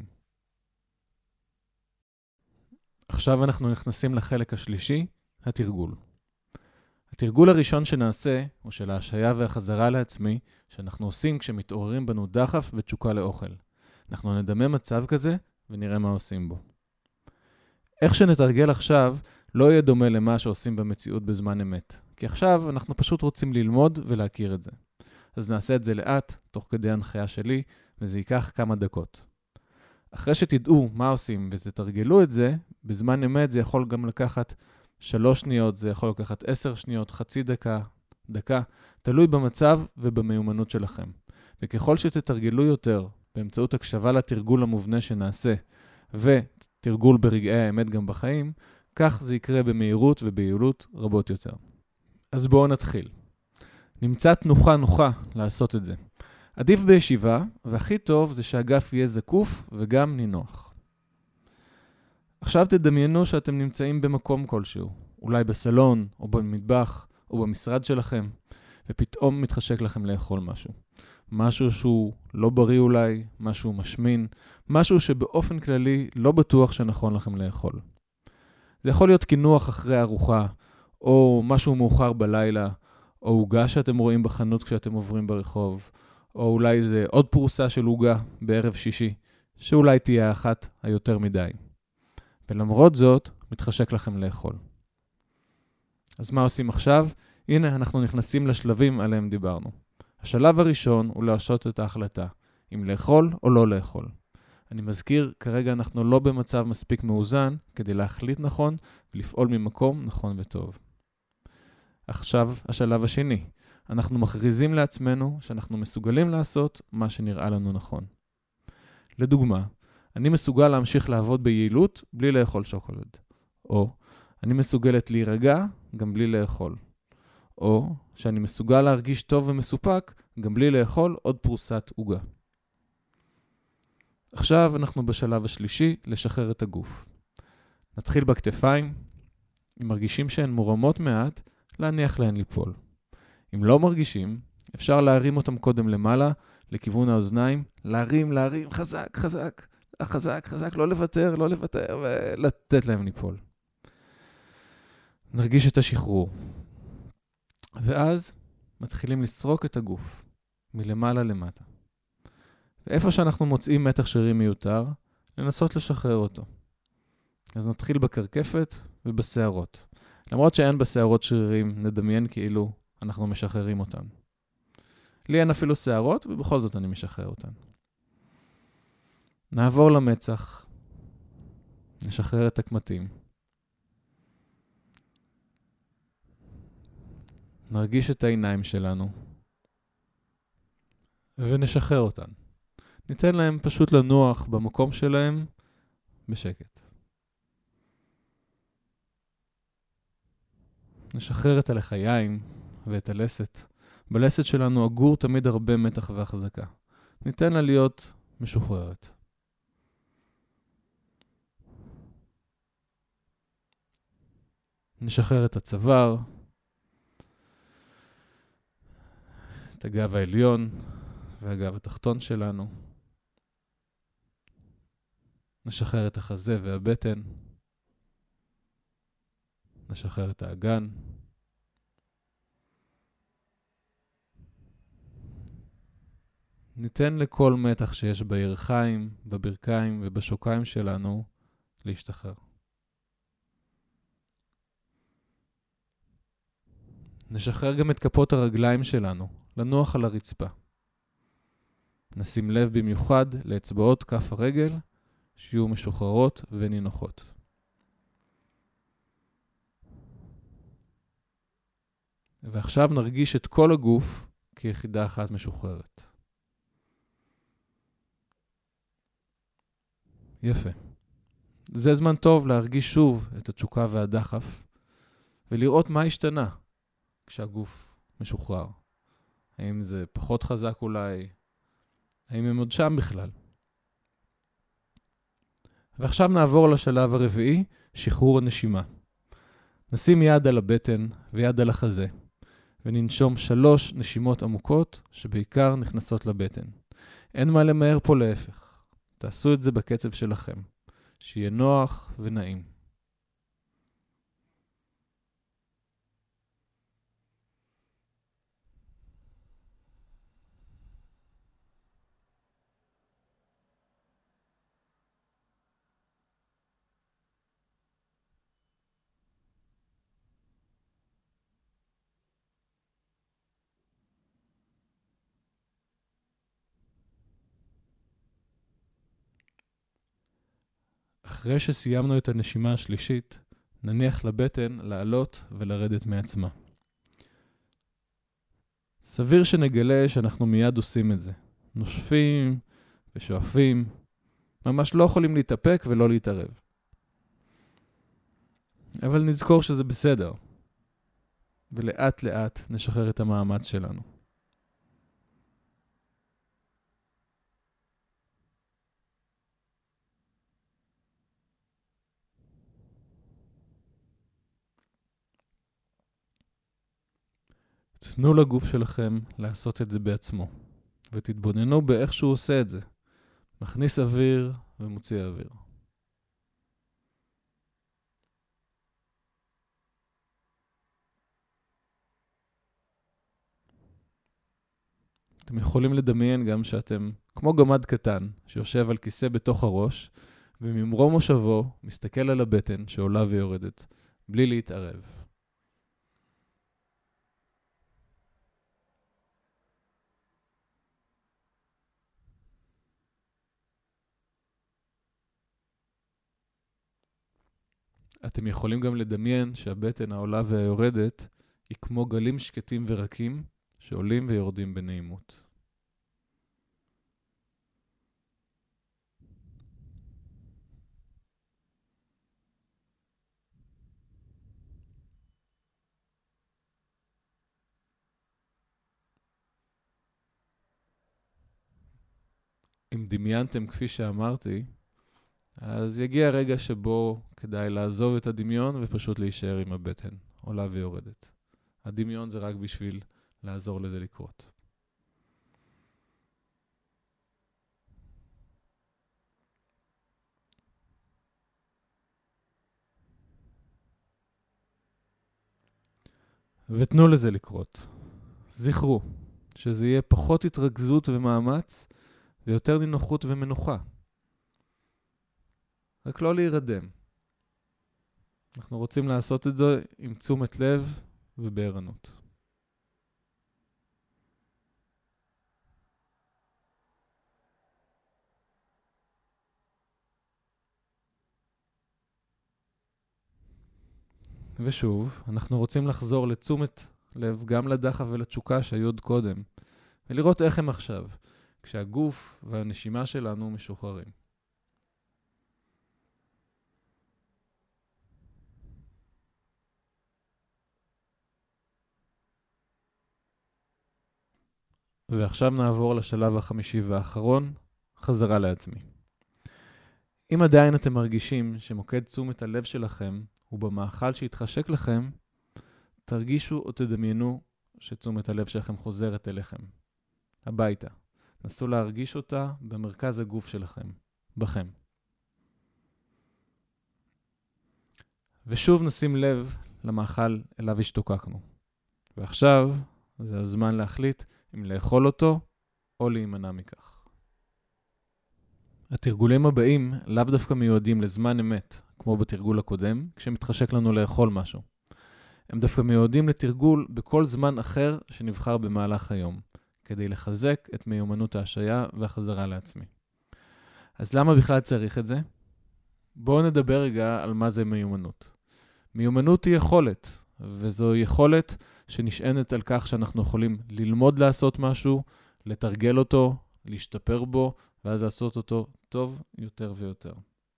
עכשיו אנחנו נכנסים לחלק השלישי, התרגול. התרגול הראשון שנעשה הוא של ההשעיה והחזרה לעצמי, שאנחנו עושים כשמתעוררים בנו דחף ותשוקה לאוכל. אנחנו נדמה מצב כזה ונראה מה עושים בו. איך שנתרגל עכשיו לא יהיה דומה למה שעושים במציאות בזמן אמת, כי עכשיו אנחנו פשוט רוצים ללמוד ולהכיר את זה. אז נעשה את זה לאט, תוך כדי הנחיה שלי, וזה ייקח כמה דקות. אחרי שתדעו מה עושים ותתרגלו את זה, בזמן אמת זה יכול גם לקחת 3 שניות, זה יכול לקחת 10 שניות, חצי דקה, דקה, תלוי במצב ובמיומנות שלכם. וככל שתתרגלו יותר באמצעות הקשבה לתרגול המובנה שנעשה, ותרגול ברגעי האמת גם בחיים, כך זה יקרה במהירות וביעילות רבות יותר. אז בואו נתחיל. נמצא תנוחה נוחה לעשות את זה. עדיף בישיבה, והכי טוב זה שהאגף יהיה זקוף וגם נינוח. עכשיו תדמיינו שאתם נמצאים במקום כלשהו, אולי בסלון, או במטבח, או במשרד שלכם, ופתאום מתחשק לכם לאכול משהו. משהו שהוא לא בריא אולי, משהו משמין, משהו שבאופן כללי לא בטוח שנכון לכם לאכול. זה יכול להיות קינוח אחרי ארוחה, או משהו מאוחר בלילה, או עוגה שאתם רואים בחנות כשאתם עוברים ברחוב, או אולי זה עוד פרוסה של עוגה בערב שישי, שאולי תהיה אחת היותר מדי. ולמרות זאת, מתחשק לכם לאכול. אז מה עושים עכשיו? הנה, אנחנו נכנסים לשלבים עליהם דיברנו. השלב הראשון הוא להרשות את ההחלטה, אם לאכול או לא לאכול. אני מזכיר, כרגע אנחנו לא במצב מספיק מאוזן כדי להחליט נכון ולפעול ממקום נכון וטוב. עכשיו, השלב השני. אנחנו מכריזים לעצמנו שאנחנו מסוגלים לעשות מה שנראה לנו נכון. לדוגמה, אני מסוגל להמשיך לעבוד ביעילות בלי לאכול שוקולד. או, אני מסוגלת להירגע גם בלי לאכול. או, שאני מסוגל להרגיש טוב ומסופק גם בלי לאכול עוד פרוסת עוגה. עכשיו אנחנו בשלב השלישי, לשחרר את הגוף. נתחיל בכתפיים. אם מרגישים שהן מורמות מעט, להניח להן ליפול. אם לא מרגישים, אפשר להרים אותם קודם למעלה, לכיוון האוזניים, להרים, חזק, חזק, חזק, חזק, לא לוותר, ולתת להם ליפול. נרגיש את השחרור. ואז מתחילים לסרוק את הגוף, מלמעלה למטה. ואיפה שאנחנו מוצאים מתח שרירים מיותר, לנסות לשחרר אותו. אז נתחיל בקרקפת ובשערות. למרות שאין בשערות שרירים, נדמיין כאילו אנחנו משחררים אותן. לי אין אפילו שערות, ובכל זאת אני משחרר אותן. נעבור למצח. נשחרר את הקמטים. נרגיש את העיניים שלנו. ונשחרר אותן. ניתן להם פשוט לנוח במקום שלהם בשקט. נשחרר את הלחיים ואת הלסת. בלסת שלנו אגור תמיד הרבה מתח והחזקה. ניתן לה להיות משוחררת. נשחרר את הצוואר, את הגב העליון והגב התחתון שלנו. נשחרר את החזה והבטן. נשחרר את האגן. ניתן לכל מתח שיש בירכיים, בברכיים ובשוקיים שלנו להשתחרר. נשחרר גם את כפות הרגליים שלנו, לנוח על הרצפה. נשים לב במיוחד לאצבעות כף הרגל, שיהיו משוחררות ונינוחות. ועכשיו נרגיש את כל הגוף כיחידה אחת משוחררת. יפה. זה זמן טוב להרגיש שוב את התשוקה והדחף, ולראות מה השתנה כשהגוף משוחרר. האם זה פחות חזק אולי? האם הם עוד שם בכלל? ועכשיו נעבור לשלב הרביעי, שחרור הנשימה. נשים יד על הבטן ויד על החזה, וננשום 3 נשימות עמוקות שבעיקר נכנסות לבטן. אין מה למהר פה, להפך. תעשו את זה בקצב שלכם, שיהיה נוח ונעים. אחרי שסיימנו את הנשימה השלישית, נניח לבטן לעלות ולרדת מעצמה. סביר שנגלה שאנחנו מיד עושים את זה. נושפים ושואפים, ממש לא יכולים להתאפק ולא להתערב. אבל נזכור שזה בסדר, ולאט לאט נשחרר את המאמץ שלנו. תנו לגוף שלכם לעשות את זה בעצמו, ותתבוננו באיך שהוא עושה את זה. מכניס אוויר ומוציא אוויר. אתם יכולים לדמיין גם שאתם כמו גמד קטן שיושב על כיסא בתוך הראש, וממרום מושבו מסתכל על הבטן שעולה ויורדת, בלי להתערב. אתם יכולים גם לדמיין שהבטן העולה והיורדת היא כמו גלים שקטים ורקים שעולים ויורדים בנעימות. אם דמיינתם כפי שאמרתי, אז יגיע רגע שבו כדאי לעזוב את הדמיון ופשוט להישאר עם הבטן, עולה ויורדת. הדמיון זה רק בשביל לעזור לזה לקרות. ותנו לזה לקרות. זכרו שזה יהיה פחות התרכזות ומאמץ ויותר נינוחות ומנוחה. רק לא להירדם. אנחנו רוצים לעשות את זה עם תשומת לב ובערנות. ושוב, אנחנו רוצים לחזור לתשומת לב גם לדחף ולתשוקה שהיו עוד קודם, ולראות איך הם עכשיו, כשהגוף והנשימה שלנו משוחררים. ועכשיו נעבור לשלב החמישי והאחרון, חזרה לעצמי. אם עדיין אתם מרגישים שמוקד תשומת הלב שלכם הוא במאכל שהתחשק לכם, תרגישו או תדמיינו שתשומת הלב שלכם חוזרת אליכם, הביתה. נסו להרגיש אותה במרכז הגוף שלכם, בכם. ושוב נשים לב למאכל אליו השתוקקנו. ועכשיו זה הזמן להחליט אם לאכול אותו או להימנע מכך. התרגולים הבאים לאו דווקא מיועדים לזמן אמת, כמו בתרגול הקודם, כשמתחשק לנו לאכול משהו. הם דווקא מיועדים לתרגול בכל זמן אחר שנבחר במהלך היום, כדי לחזק את מיומנות ההשעיה והחזרה לעצמי. אז למה בכלל צריך את זה? בואו נדבר רגע על מה זה מיומנות. מיומנות היא יכולת, וזו יכולת שנשענת על כך שאנחנו יכולים ללמוד לעשות משהו, לתרגל אותו, להשתפר בו, ואז לעשות אותו טוב יותר ויותר.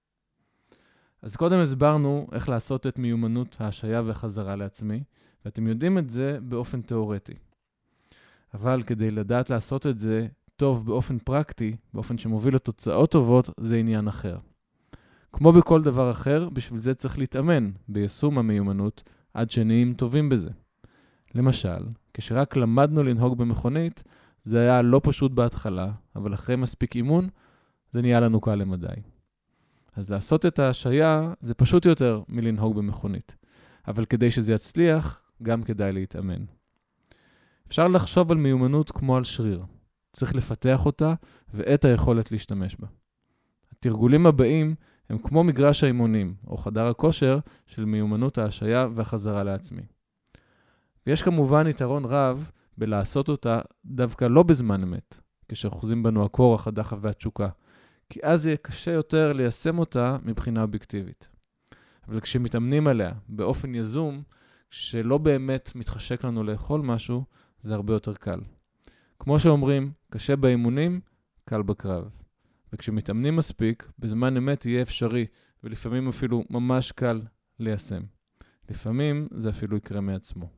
אז קודם הסברנו איך לעשות את מיומנות ההשעיה והחזרה לעצמי, ואתם יודעים את זה באופן תיאורטי. אבל כדי לדעת לעשות את זה טוב באופן פרקטי, באופן שמוביל לתוצאות טובות, זה עניין אחר. כמו בכל דבר אחר, בשביל זה צריך להתאמן ביישום המיומנות עד שנהיים טובים בזה. למשל, כשרק למדנו לנהוג במכונית, זה היה לא פשוט בהתחלה, אבל אחרי מספיק אימון, זה נהיה לנו קל למדי. אז לעשות את ההשעיה זה פשוט יותר מלנהוג במכונית. אבל כדי שזה יצליח, גם כדאי להתאמן. אפשר לחשוב על מיומנות כמו על שריר. צריך לפתח אותה ואת היכולת להשתמש בה. התרגולים הבאים הם כמו מגרש האימונים, או חדר הכושר של מיומנות ההשעיה והחזרה לעצמי. ויש כמובן יתרון רב בלעשות אותה דווקא לא בזמן אמת, כשאחוזים בנו הכורח, הדחף והתשוקה, כי אז יהיה קשה יותר ליישם אותה מבחינה אובייקטיבית. אבל כשמתאמנים עליה באופן יזום, שלא באמת מתחשק לנו לאכול משהו, זה הרבה יותר קל. כמו שאומרים, קשה באימונים, קל בקרב. וכשמתאמנים מספיק, בזמן אמת יהיה אפשרי, ולפעמים אפילו ממש קל ליישם. לפעמים זה אפילו יקרה מעצמו.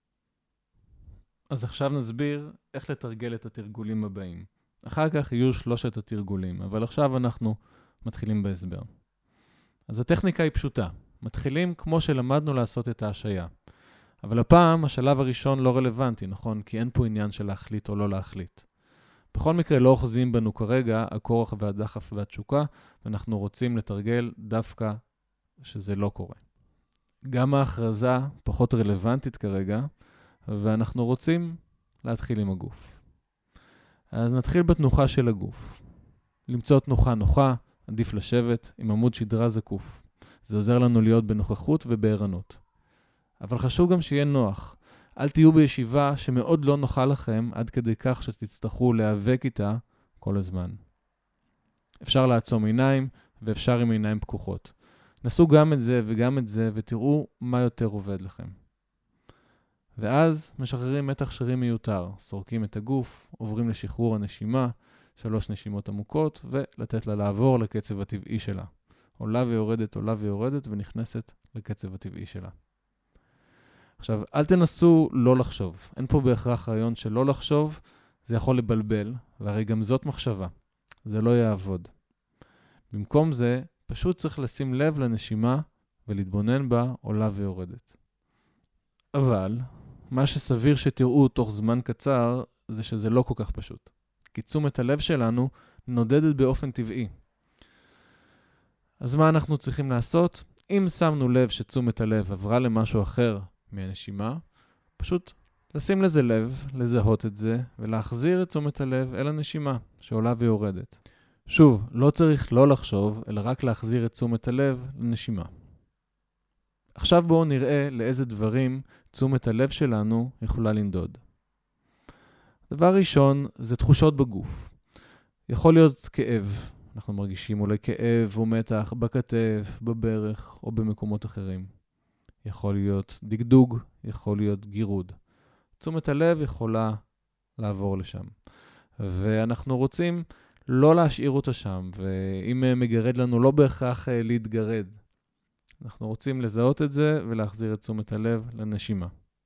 אז עכשיו נסביר איך לתרגל את התרגולים הבאים. אחר כך יהיו 3 התרגולים, אבל עכשיו אנחנו מתחילים בהסבר. אז הטכניקה היא פשוטה. מתחילים כמו שלמדנו לעשות את ההשעיה. אבל הפעם השלב הראשון לא רלוונטי, נכון? כי אין פה עניין של להחליט או לא להחליט. בכל מקרה לא אוחזים בנו כרגע הכורח והדחף והתשוקה, ואנחנו רוצים לתרגל דווקא שזה לא קורה. גם ההכרזה פחות רלוונטית כרגע, ואנחנו רוצים להתחיל עם הגוף. אז נתחיל בתנוחה של הגוף. למצוא תנוחה נוחה, עדיף לשבת עם עמוד שדרה זקוף. זה עוזר לנו להיות בנוכחות ובערנות. אבל חשוב גם שיהיה נוח. אל תהיו בישיבה שמאוד לא נוחה לכם עד כדי כך שתצטרכו להיאבק איתה כל הזמן. אפשר לעצום עיניים ואפשר עם עיניים פקוחות. נסו גם את זה וגם את זה ותראו מה יותר עובד לכם. ואז משחררים מתח שרירים מיותר, סורקים את הגוף, עוברים לשחרור הנשימה, 3 נשימות עמוקות ולתת לה לעבור לקצב הטבעי שלה. עולה ויורדת ונכנסת לקצב הטבעי שלה. עכשיו, אל תנסו לא לחשוב. אין פה בהכרח רעיון של לא לחשוב, זה יכול לבלבל, והרי גם זאת מחשבה. זה לא יעבוד. במקום זה, פשוט צריך לשים לב לנשימה ולהתבונן בה עולה ויורדת. אבל, מה שסביר שתראו תוך זמן קצר, זה שזה לא כל כך פשוט. כי תשומת הלב שלנו נודדת באופן טבעי. אז מה אנחנו צריכים לעשות? אם שמנו לב שתשומת הלב עברה למשהו אחר מהנשימה, פשוט לשים לזה לב, לזהות את זה, ולהחזיר את תשומת הלב אל הנשימה שעולה ויורדת. שוב, לא צריך לא לחשוב, אלא רק להחזיר את תשומת הלב לנשימה. עכשיו בואו נראה לאיזה דברים תשומת הלב שלנו יכולה לנדוד. דבר ראשון זה תחושות בגוף. יכול להיות כאב. אנחנו מרגישים אולי כאב או מתח בכתף, בברך או במקומות אחרים. יכול להיות דגדוג, יכול להיות גירוד. תשומת הלב יכולה לעבור לשם. ואנחנו רוצים לא להשאיר אותה שם, ואם מגרד לנו לא בהכרח להתגרד. אנחנו רוצים לזהות את זה ולהחזיר את תשומת הלב לנשימה.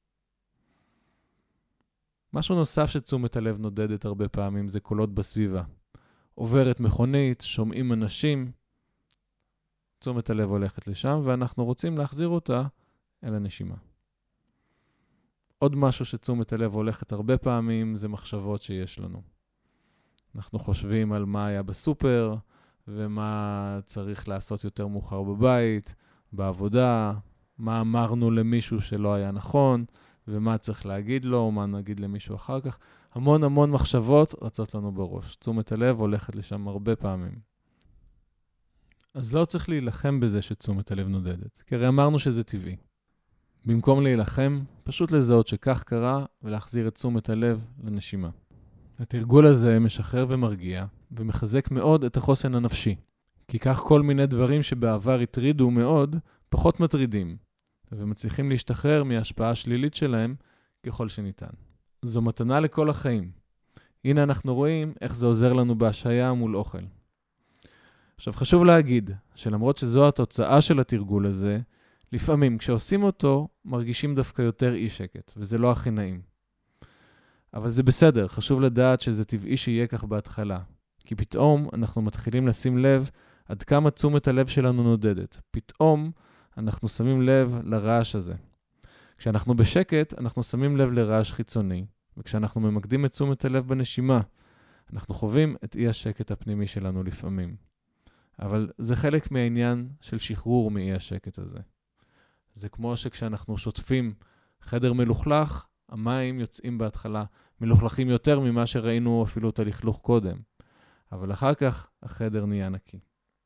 משהו נוסף שתשומת הלב נודדת הרבה פעמים זה קולות בסביבה. עוברת מכונית, שומעים אנשים, תשומת הלב הולכת לשם, ואנחנו רוצים להחזיר אותה אל הנשימה. עוד משהו שתשומת הלב הולכת הרבה פעמים זה מחשבות שיש לנו. אנחנו חושבים על מה היה בסופר, ומה צריך לעשות יותר מאוחר בבית, בעבודה, מה אמרנו למישהו שלא היה נכון, ומה צריך להגיד לו, או מה נגיד למישהו אחר כך. המון מחשבות רצות לנו בראש. תשומת הלב הולכת לשם הרבה פעמים. אז לא צריך להילחם בזה שתשומת הלב נודדת, כי הרי אמרנו שזה טבעי. במקום להילחם, פשוט לזהות שכך קרה, ולהחזיר את תשומת הלב לנשימה. התרגול הזה משחרר ומרגיע, ומחזק מאוד את החוסן הנפשי. כי כך כל מיני דברים שבעבר הטרידו מאוד, פחות מטרידים, ומצליחים להשתחרר מההשפעה השלילית שלהם ככל שניתן. זו מתנה לכל החיים. הנה אנחנו רואים איך זה עוזר לנו בהשעיה מול אוכל. עכשיו חשוב להגיד שלמרות שזו התוצאה של התרגול הזה, לפעמים כשעושים אותו מרגישים דווקא יותר אי שקט, וזה לא הכי נעים. אבל זה בסדר, חשוב לדעת שזה טבעי שיהיה כך בהתחלה. כי פתאום אנחנו מתחילים לשים לב עד כמה תשומת הלב שלנו נודדת. פתאום אנחנו שמים לב לרעש הזה. כשאנחנו בשקט, אנחנו שמים לב לרעש חיצוני, וכשאנחנו ממקדים את תשומת הלב בנשימה, אנחנו חווים את אי השקט הפנימי שלנו לפעמים. אבל זה חלק מהעניין של שחרור מאי השקט הזה. זה כמו שכשאנחנו שוטפים חדר מלוכלך, המים יוצאים בהתחלה מלוכלכים יותר ממה שראינו אפילו את הלכלוך קודם. אבל אחר כך החדר נהיה נקי.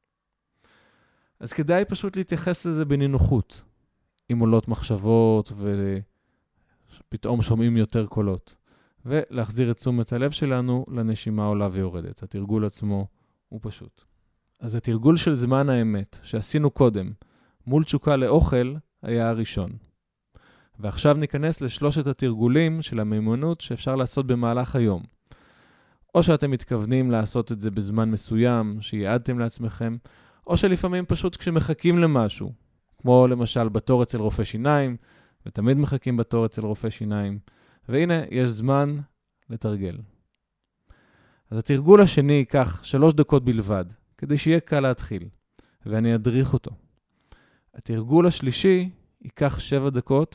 אז כדאי פשוט להתייחס לזה בנינוחות, עם עולות מחשבות ופתאום שומעים יותר קולות, ולהחזיר את תשומת הלב שלנו לנשימה עולה ויורדת. התרגול עצמו הוא פשוט. אז התרגול של זמן האמת שעשינו קודם מול תשוקה לאוכל היה הראשון. ועכשיו ניכנס לשלושת התרגולים של המיומנות שאפשר לעשות במהלך היום. או שאתם מתכוונים לעשות את זה בזמן מסוים שיעדתם לעצמכם, או שלפעמים פשוט כשמחכים למשהו, כמו למשל בתור אצל רופא שיניים, ותמיד מחכים בתור אצל רופא שיניים, והנה יש זמן לתרגל. אז התרגול השני ייקח 3 דקות בלבד, כדי שיהיה קל להתחיל, ואני אדריך אותו. התרגול השלישי ייקח 7 דקות,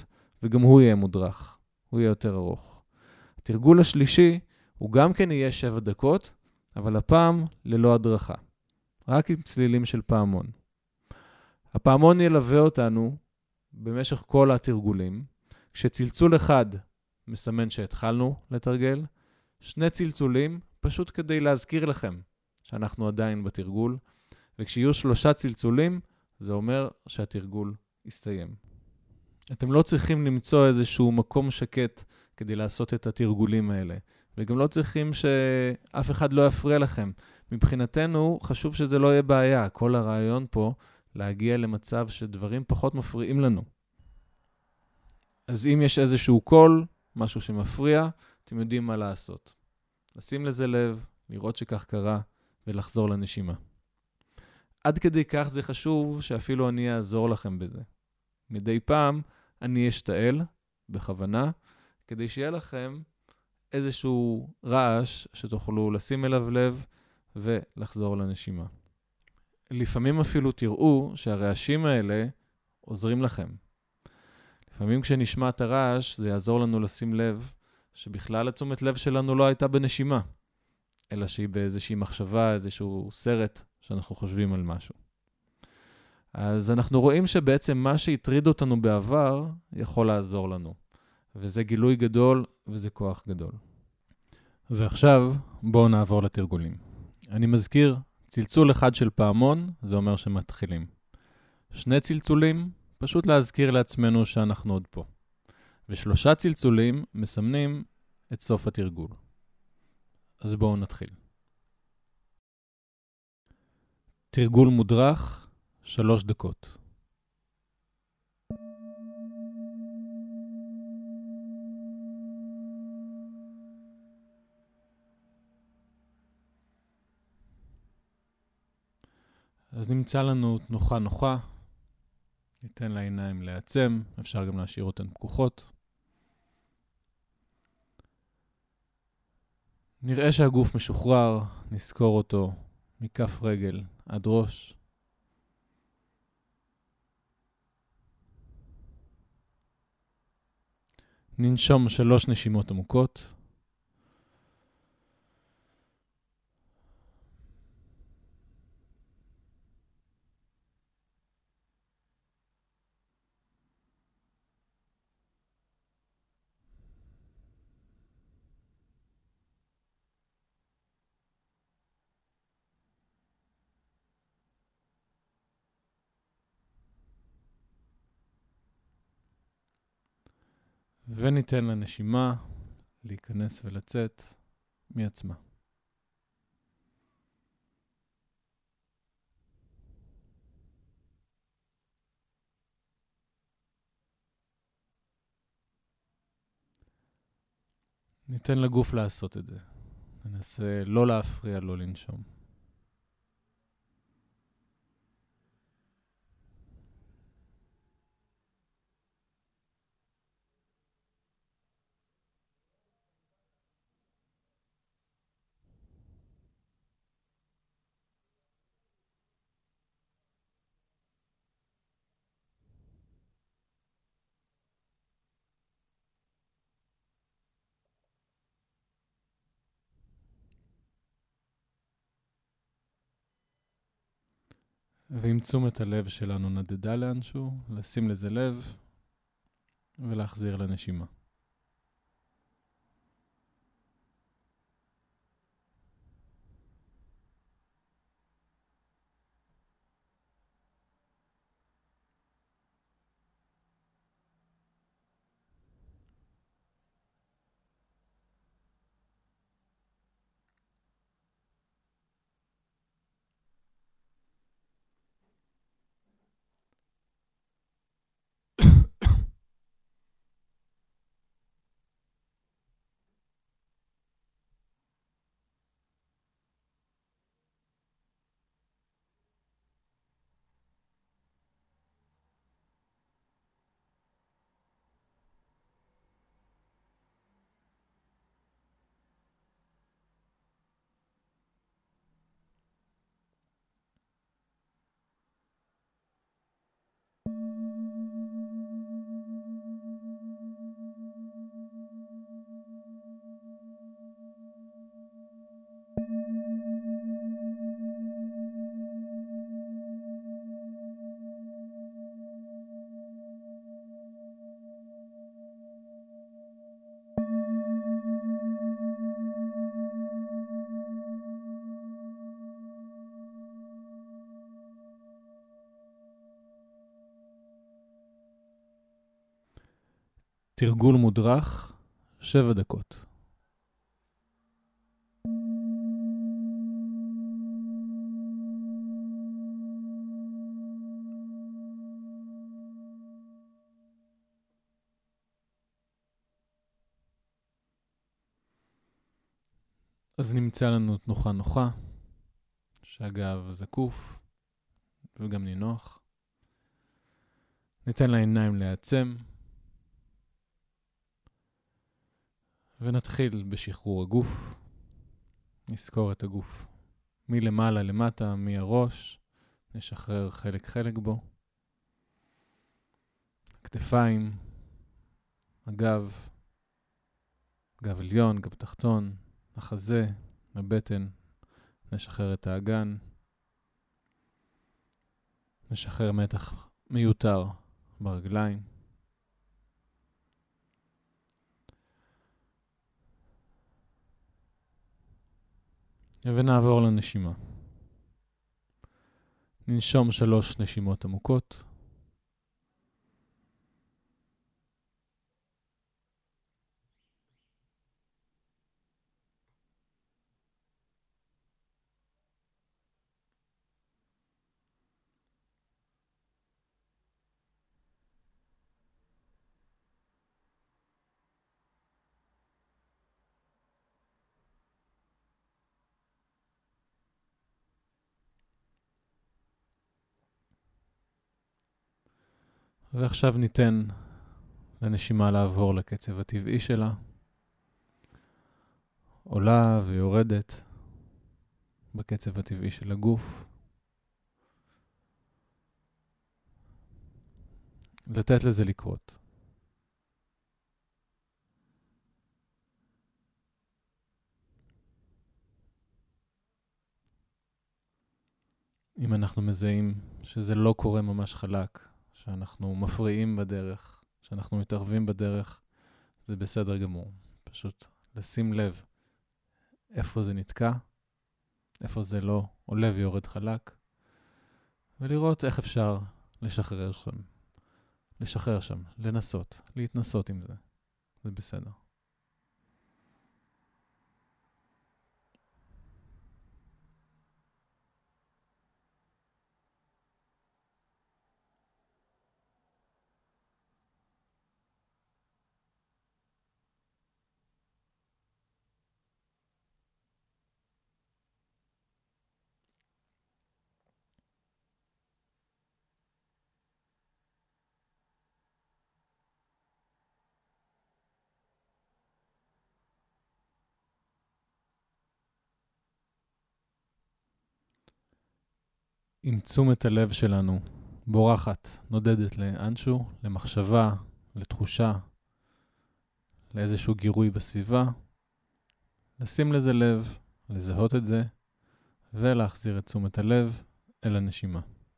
וגם הוא יהיה מודרך. הוא יהיה יותר ארוך. התרגול השלישי הוא גם כן יהיה 7 דקות, אבל הפעם ללא הדרכה. רק עם צלילים של פעמון. הפעמון ילווה אותנו במשך כל התרגולים. כשצלצול אחד מסמן שהתחלנו לתרגל, 2 צלצולים פשוט כדי להזכיר לכם שאנחנו עדיין בתרגול, וכשיהיו 3 צלצולים, זה אומר שהתרגול יסתיים. אתם לא צריכים למצוא איזשהו מקום שקט כדי לעשות את התרגולים האלה, וגם לא צריכים שאף אחד לא יפריע לכם. מבחינתנו חשוב שזה לא יהיה בעיה. כל הרעיון פה להגיע למצב שדברים פחות מפריעים לנו. אז אם יש איזשהו קול, משהו שמפריע, אתם יודעים מה לעשות. לשים לזה לב, לראות שכך קרה, ולחזור לנשימה. עד כדי כך זה חשוב שאפילו אני אעזור לכם בזה. מדי פעם אני אשתעל בכוונה, כדי שיהיה לכם איזשהו רעש שתוכלו לשים אליו לב ולחזור לנשימה. לפעמים אפילו תראו שהרעשים האלה עוזרים לכם. לפעמים כשנשמע את הרעש זה יעזור לנו לשים לב שבכלל התשומת לב שלנו לא הייתה בנשימה, אלא שהיא באיזושהי מחשבה, איזשהו סרט שאנחנו חושבים על משהו. אז אנחנו רואים שבעצם מה שהטריד אותנו בעבר יכול לעזור לנו. וזה גילוי גדול וזה כוח גדול. ועכשיו בואו נעבור לתרגולים. אני מזכיר, צלצול אחד של פעמון, זה אומר שמתחילים. 2 צלצולים, פשוט להזכיר לעצמנו שאנחנו עוד פה. ו3 צלצולים מסמנים את סוף התרגול. אז בואו נתחיל. תרגול מודרך, 3 דקות. אז נמצא לנו תנוחה נוחה, ניתן לעיניים לעצם, אפשר גם להשאיר אותן פקוחות. נראה שהגוף משוחרר, נזכור אותו מכף רגל עד ראש. ננשום 3 נשימות עמוקות. וניתן לנשימה להיכנס ולצאת מעצמה. ניתן לגוף לעשות את זה. ננסה לא להפריע, לא לנשום. ועם תשומת הלב שלנו נדדה לאנשהו, לשים לזה לב ולהחזיר לנשימה. תרגול מודרך, 7 דקות. אז נמצא לנו תנוחה נוחה, שהגב זקוף וגם נינוח. ניתן לעיניים להיעצם, ונתחיל בשחרור הגוף. נזכור את הגוף מלמעלה למטה, מהראש, נשחרר חלק בו. כתפיים, הגב, גב עליון, גב תחתון, החזה, הבטן, נשחרר את האגן. נשחרר מתח מיותר ברגליים. ונעבור לנשימה. ננשום 3 נשימות עמוקות. ועכשיו ניתן לנשימה לעבור לקצב הטבעי שלה. עולה ויורדת בקצב הטבעי של הגוף. לתת לזה לקרות. אם אנחנו מזהים שזה לא קורה ממש חלק, שאנחנו מפריעים בדרך, שאנחנו מתערבים בדרך, זה בסדר גמור. פשוט לשים לב איפה זה נתקע, איפה זה לא עולה ויורד חלק, ולראות איך אפשר לשחרר שם, לנסות, להתנסות עם זה. זה בסדר. אם תשומת הלב שלנו בורחת, נודדת לאנשהו, למחשבה, לתחושה, לאיזשהו גירוי בסביבה, לשים לזה לב, לזהות את זה, ולהחזיר את תשומת הלב אל הנשימה.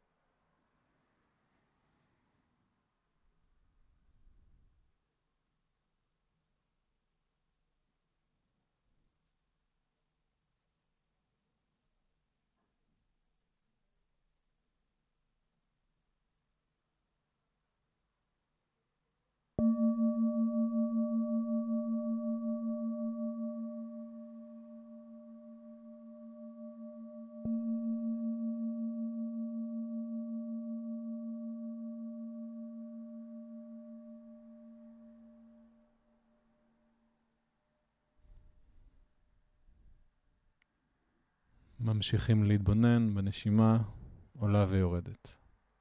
ממשיכים להתבונן בנשימה, עולה ויורדת.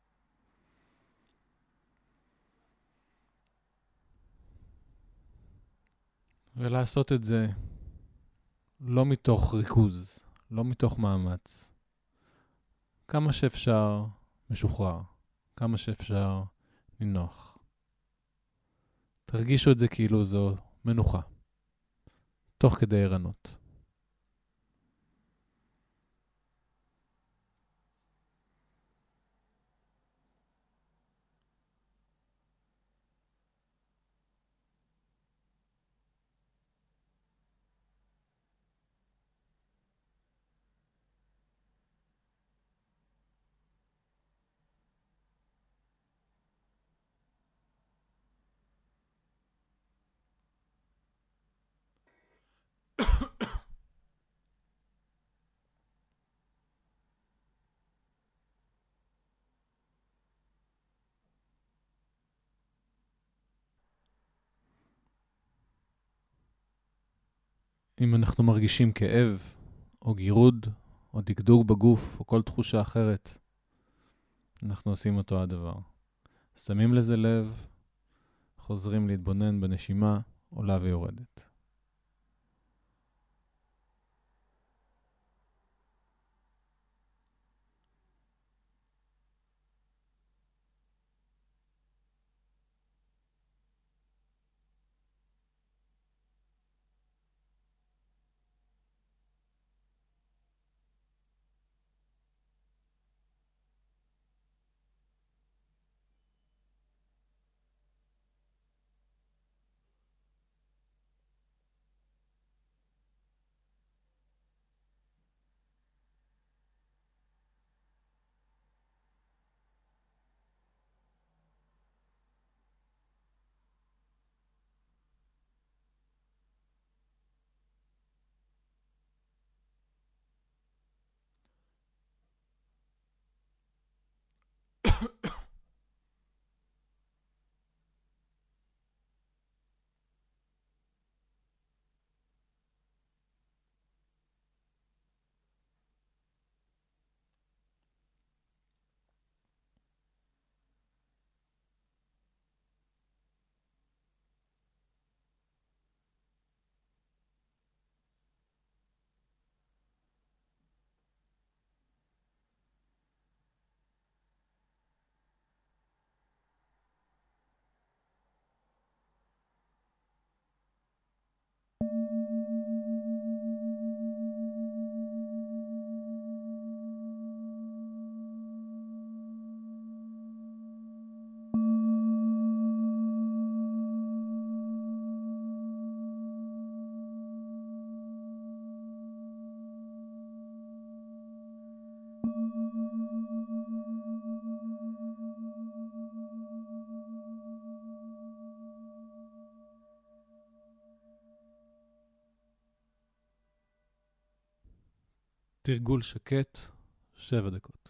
ולעשות את זה לא מתוך ריכוז, לא מתוך מאמץ. כמה שאפשר משוחרר, כמה שאפשר נינוח. תרגישו את זה כאילו זו מנוחה, תוך כדי ערנות. אם אנחנו מרגישים כאב, או גירוד, או דגדוג בגוף, או כל תחושה אחרת, אנחנו עושים אותו הדבר. שמים לזה לב, חוזרים להתבונן בנשימה, עולה ויורדת. תרגול שקט, 7 דקות.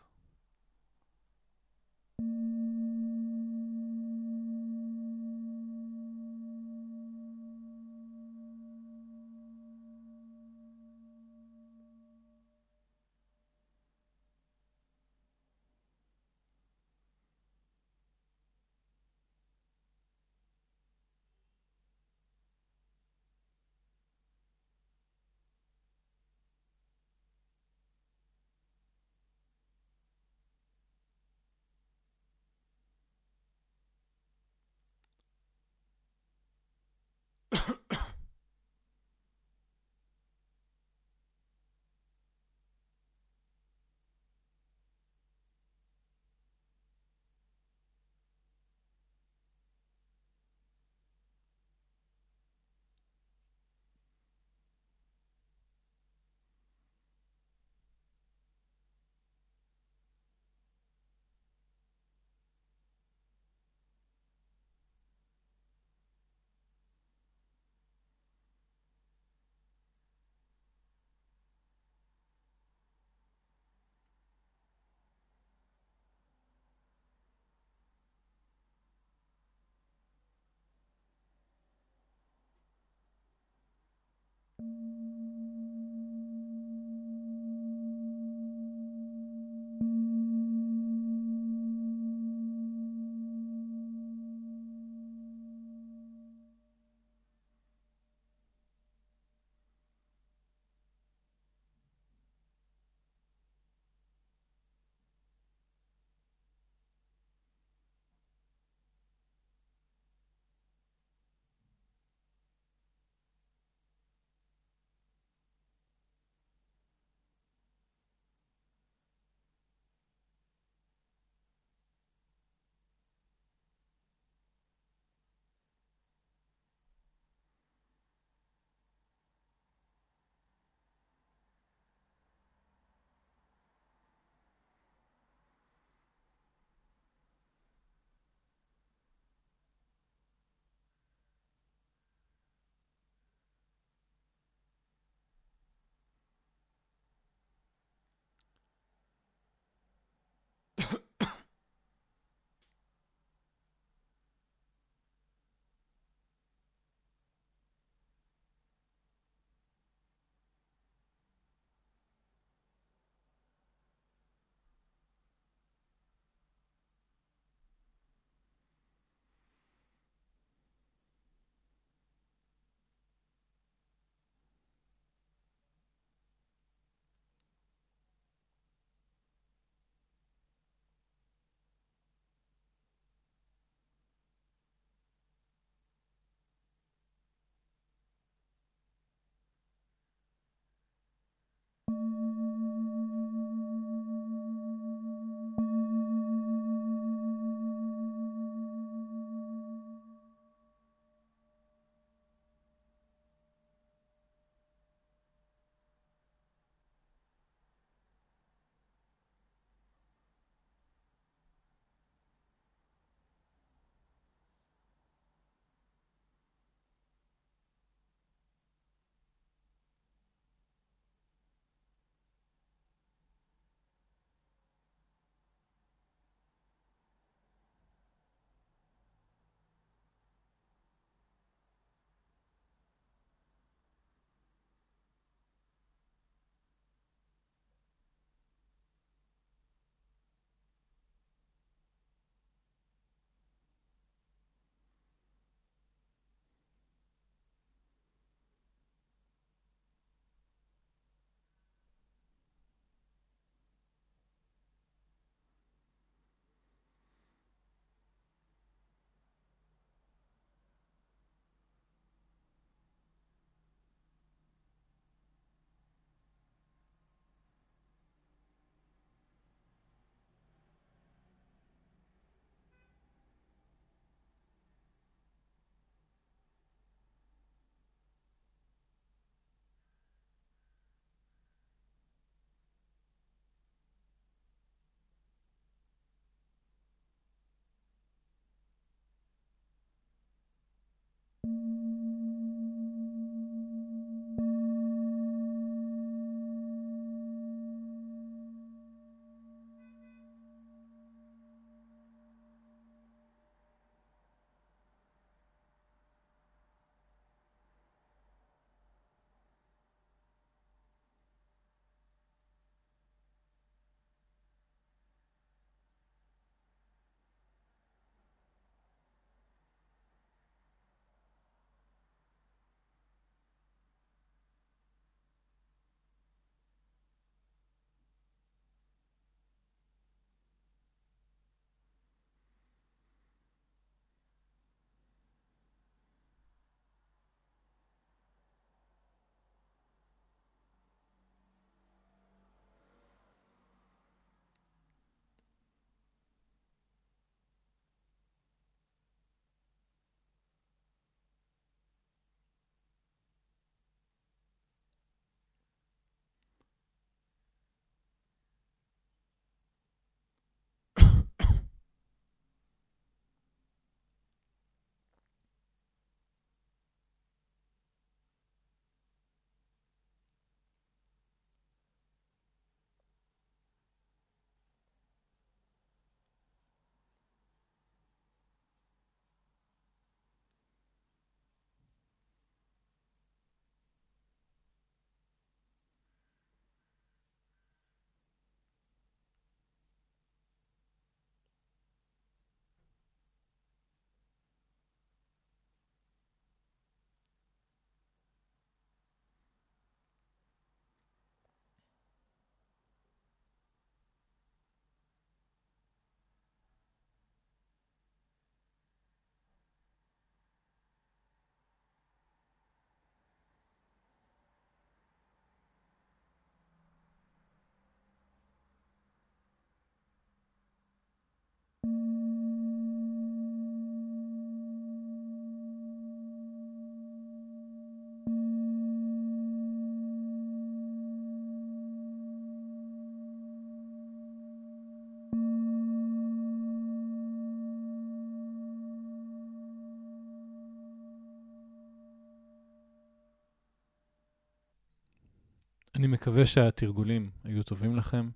אני מקווה שהתרגולים היו טובים לכם.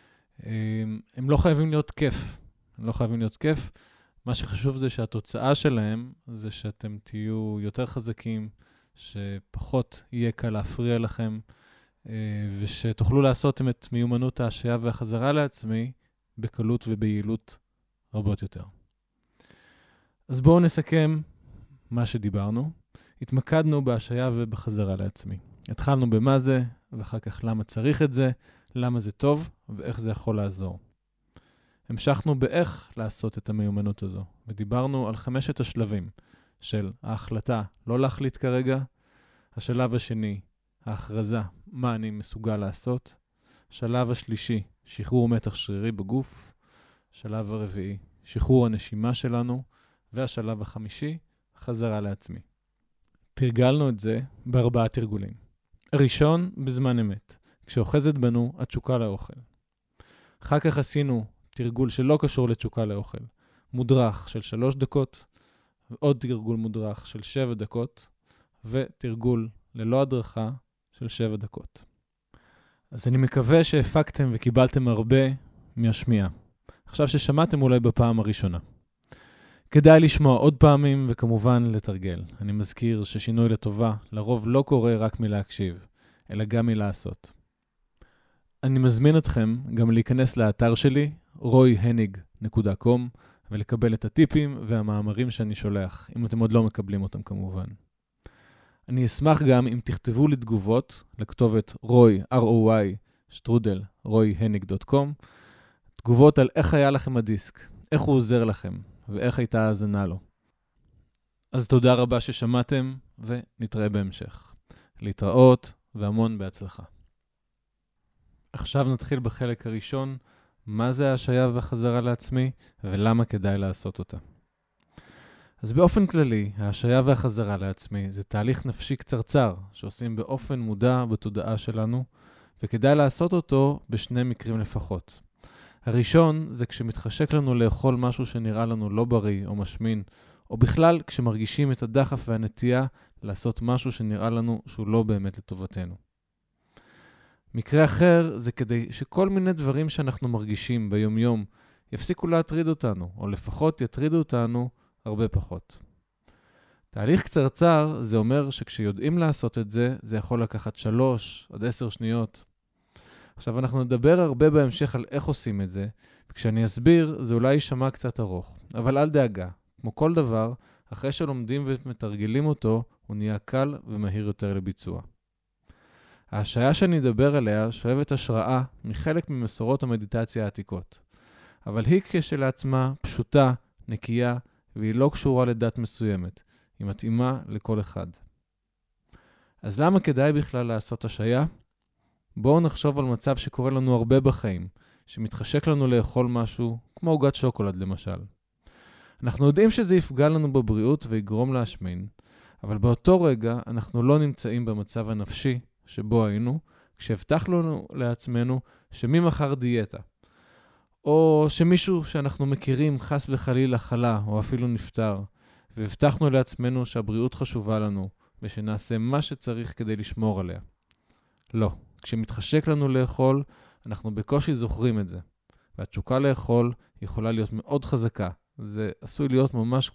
הם לא חייבים להיות כיף. הם לא חייבים להיות כיף. מה שחשוב זה שהתוצאה שלהם זה שאתם תהיו יותר חזקים, שפחות יהיה קל להפריע לכם, ושתוכלו לעשות את מיומנות ההשעיה והחזרה לעצמי בקלות וביעילות רבות יותר. אז בואו נסכם מה שדיברנו. התמקדנו בהשעיה ובחזרה לעצמי. התחלנו במה זה, ואחר כך למה צריך את זה, למה זה טוב, ואיך זה יכול לעזור. המשכנו באיך לעשות את המיומנות הזו, ודיברנו על 5 השלבים של ההחלטה לא להחליט כרגע, השלב השני, ההכרזה, מה אני מסוגל לעשות, השלב השלישי, שחרור מתח שרירי בגוף, השלב הרביעי, שחרור הנשימה שלנו, והשלב החמישי, חזרה לעצמי. תרגלנו את זה ב4 תרגולים. הראשון, בזמן אמת, כשאוחזת בנו התשוקה לאוכל. אחר כך עשינו תרגול שלא קשור לתשוקה לאוכל, מודרך של 3 דקות, ועוד תרגול מודרך של 7 דקות, ותרגול ללא הדרכה של 7 דקות. אז אני מקווה שהפקתם וקיבלתם הרבה מהשמיעה. עכשיו ששמעתם אולי בפעם הראשונה. כדאי לשמוע עוד פעמים וכמובן לתרגל. אני מזכיר ששינוי לטובה לרוב לא קורה רק מלהקשיב, אלא גם מלעשות. אני מזמין אתכם גם להיכנס לאתר שלי, royhennig.com, ולקבל את הטיפים והמאמרים שאני שולח, אם אתם עוד לא מקבלים אותם כמובן. אני אשמח גם אם תכתבו לי תגובות לכתובת roy.hennig.com, תגובות על איך היה לכם הדיסק, איך הוא עוזר לכם, ואיך הייתה האזנה לו. אז תודה רבה ששמעתם, ונתראה בהמשך. להתראות והמון בהצלחה. עכשיו נתחיל בחלק הראשון, מה זה ההשעיה והחזרה לעצמי, ולמה כדאי לעשות אותה. אז באופן כללי, ההשעיה והחזרה לעצמי זה תהליך נפשי קצרצר, שעושים באופן מודע בתודעה שלנו, וכדאי לעשות אותו בשני מקרים לפחות. הראשון זה כשמתחשק לנו לאכול משהו שנראה לנו לא בריא או משמין, או בכלל כשמרגישים את הדחף והנטייה לעשות משהו שנראה לנו שהוא לא באמת לטובתנו. מקרה אחר זה כדי שכל מיני דברים שאנחנו מרגישים ביום-יום יפסיקו להטריד אותנו, או לפחות יטרידו אותנו הרבה פחות. תהליך קצרצר זה אומר שכשיודעים לעשות את זה, זה יכול לקחת 3 עד 10 שניות. עכשיו אנחנו נדבר הרבה בהמשך על איך עושים את זה, וכשאני אסביר זה אולי יישמע קצת ארוך, אבל אל דאגה. כמו כל דבר, אחרי שלומדים ומתרגלים אותו, הוא נהיה קל ומהיר יותר לביצוע. ההשעיה שאני אדבר עליה שואבת השראה מחלק ממסורות המדיטציה העתיקות. אבל היא כשלעצמה פשוטה, נקייה, והיא לא קשורה לדת מסוימת. היא מתאימה לכל אחד. אז למה כדאי בכלל לעשות השעיה? בואו נחשוב על מצב שקורה לנו הרבה בחיים, שמתחשק לנו לאכול משהו, כמו עוגת שוקולד למשל. אנחנו יודעים שזה יפגע לנו בבריאות ויגרום להשמין, אבל באותו רגע אנחנו לא נמצאים במצב הנפשי שבו היינו, כשהבטחנו לעצמנו שממחר דיאטה, או שמישהו שאנחנו מכירים חס וחלילה חלה או אפילו נפטר, והבטחנו לעצמנו שהבריאות חשובה לנו, ושנעשה מה שצריך כדי לשמור עליה. לא, כשמתחשק לנו לאכול, אנחנו בקושי זוכרים את זה, והתשוקה לאכול יכולה להיות מאוד חזקה. זה עשוי להיות ממש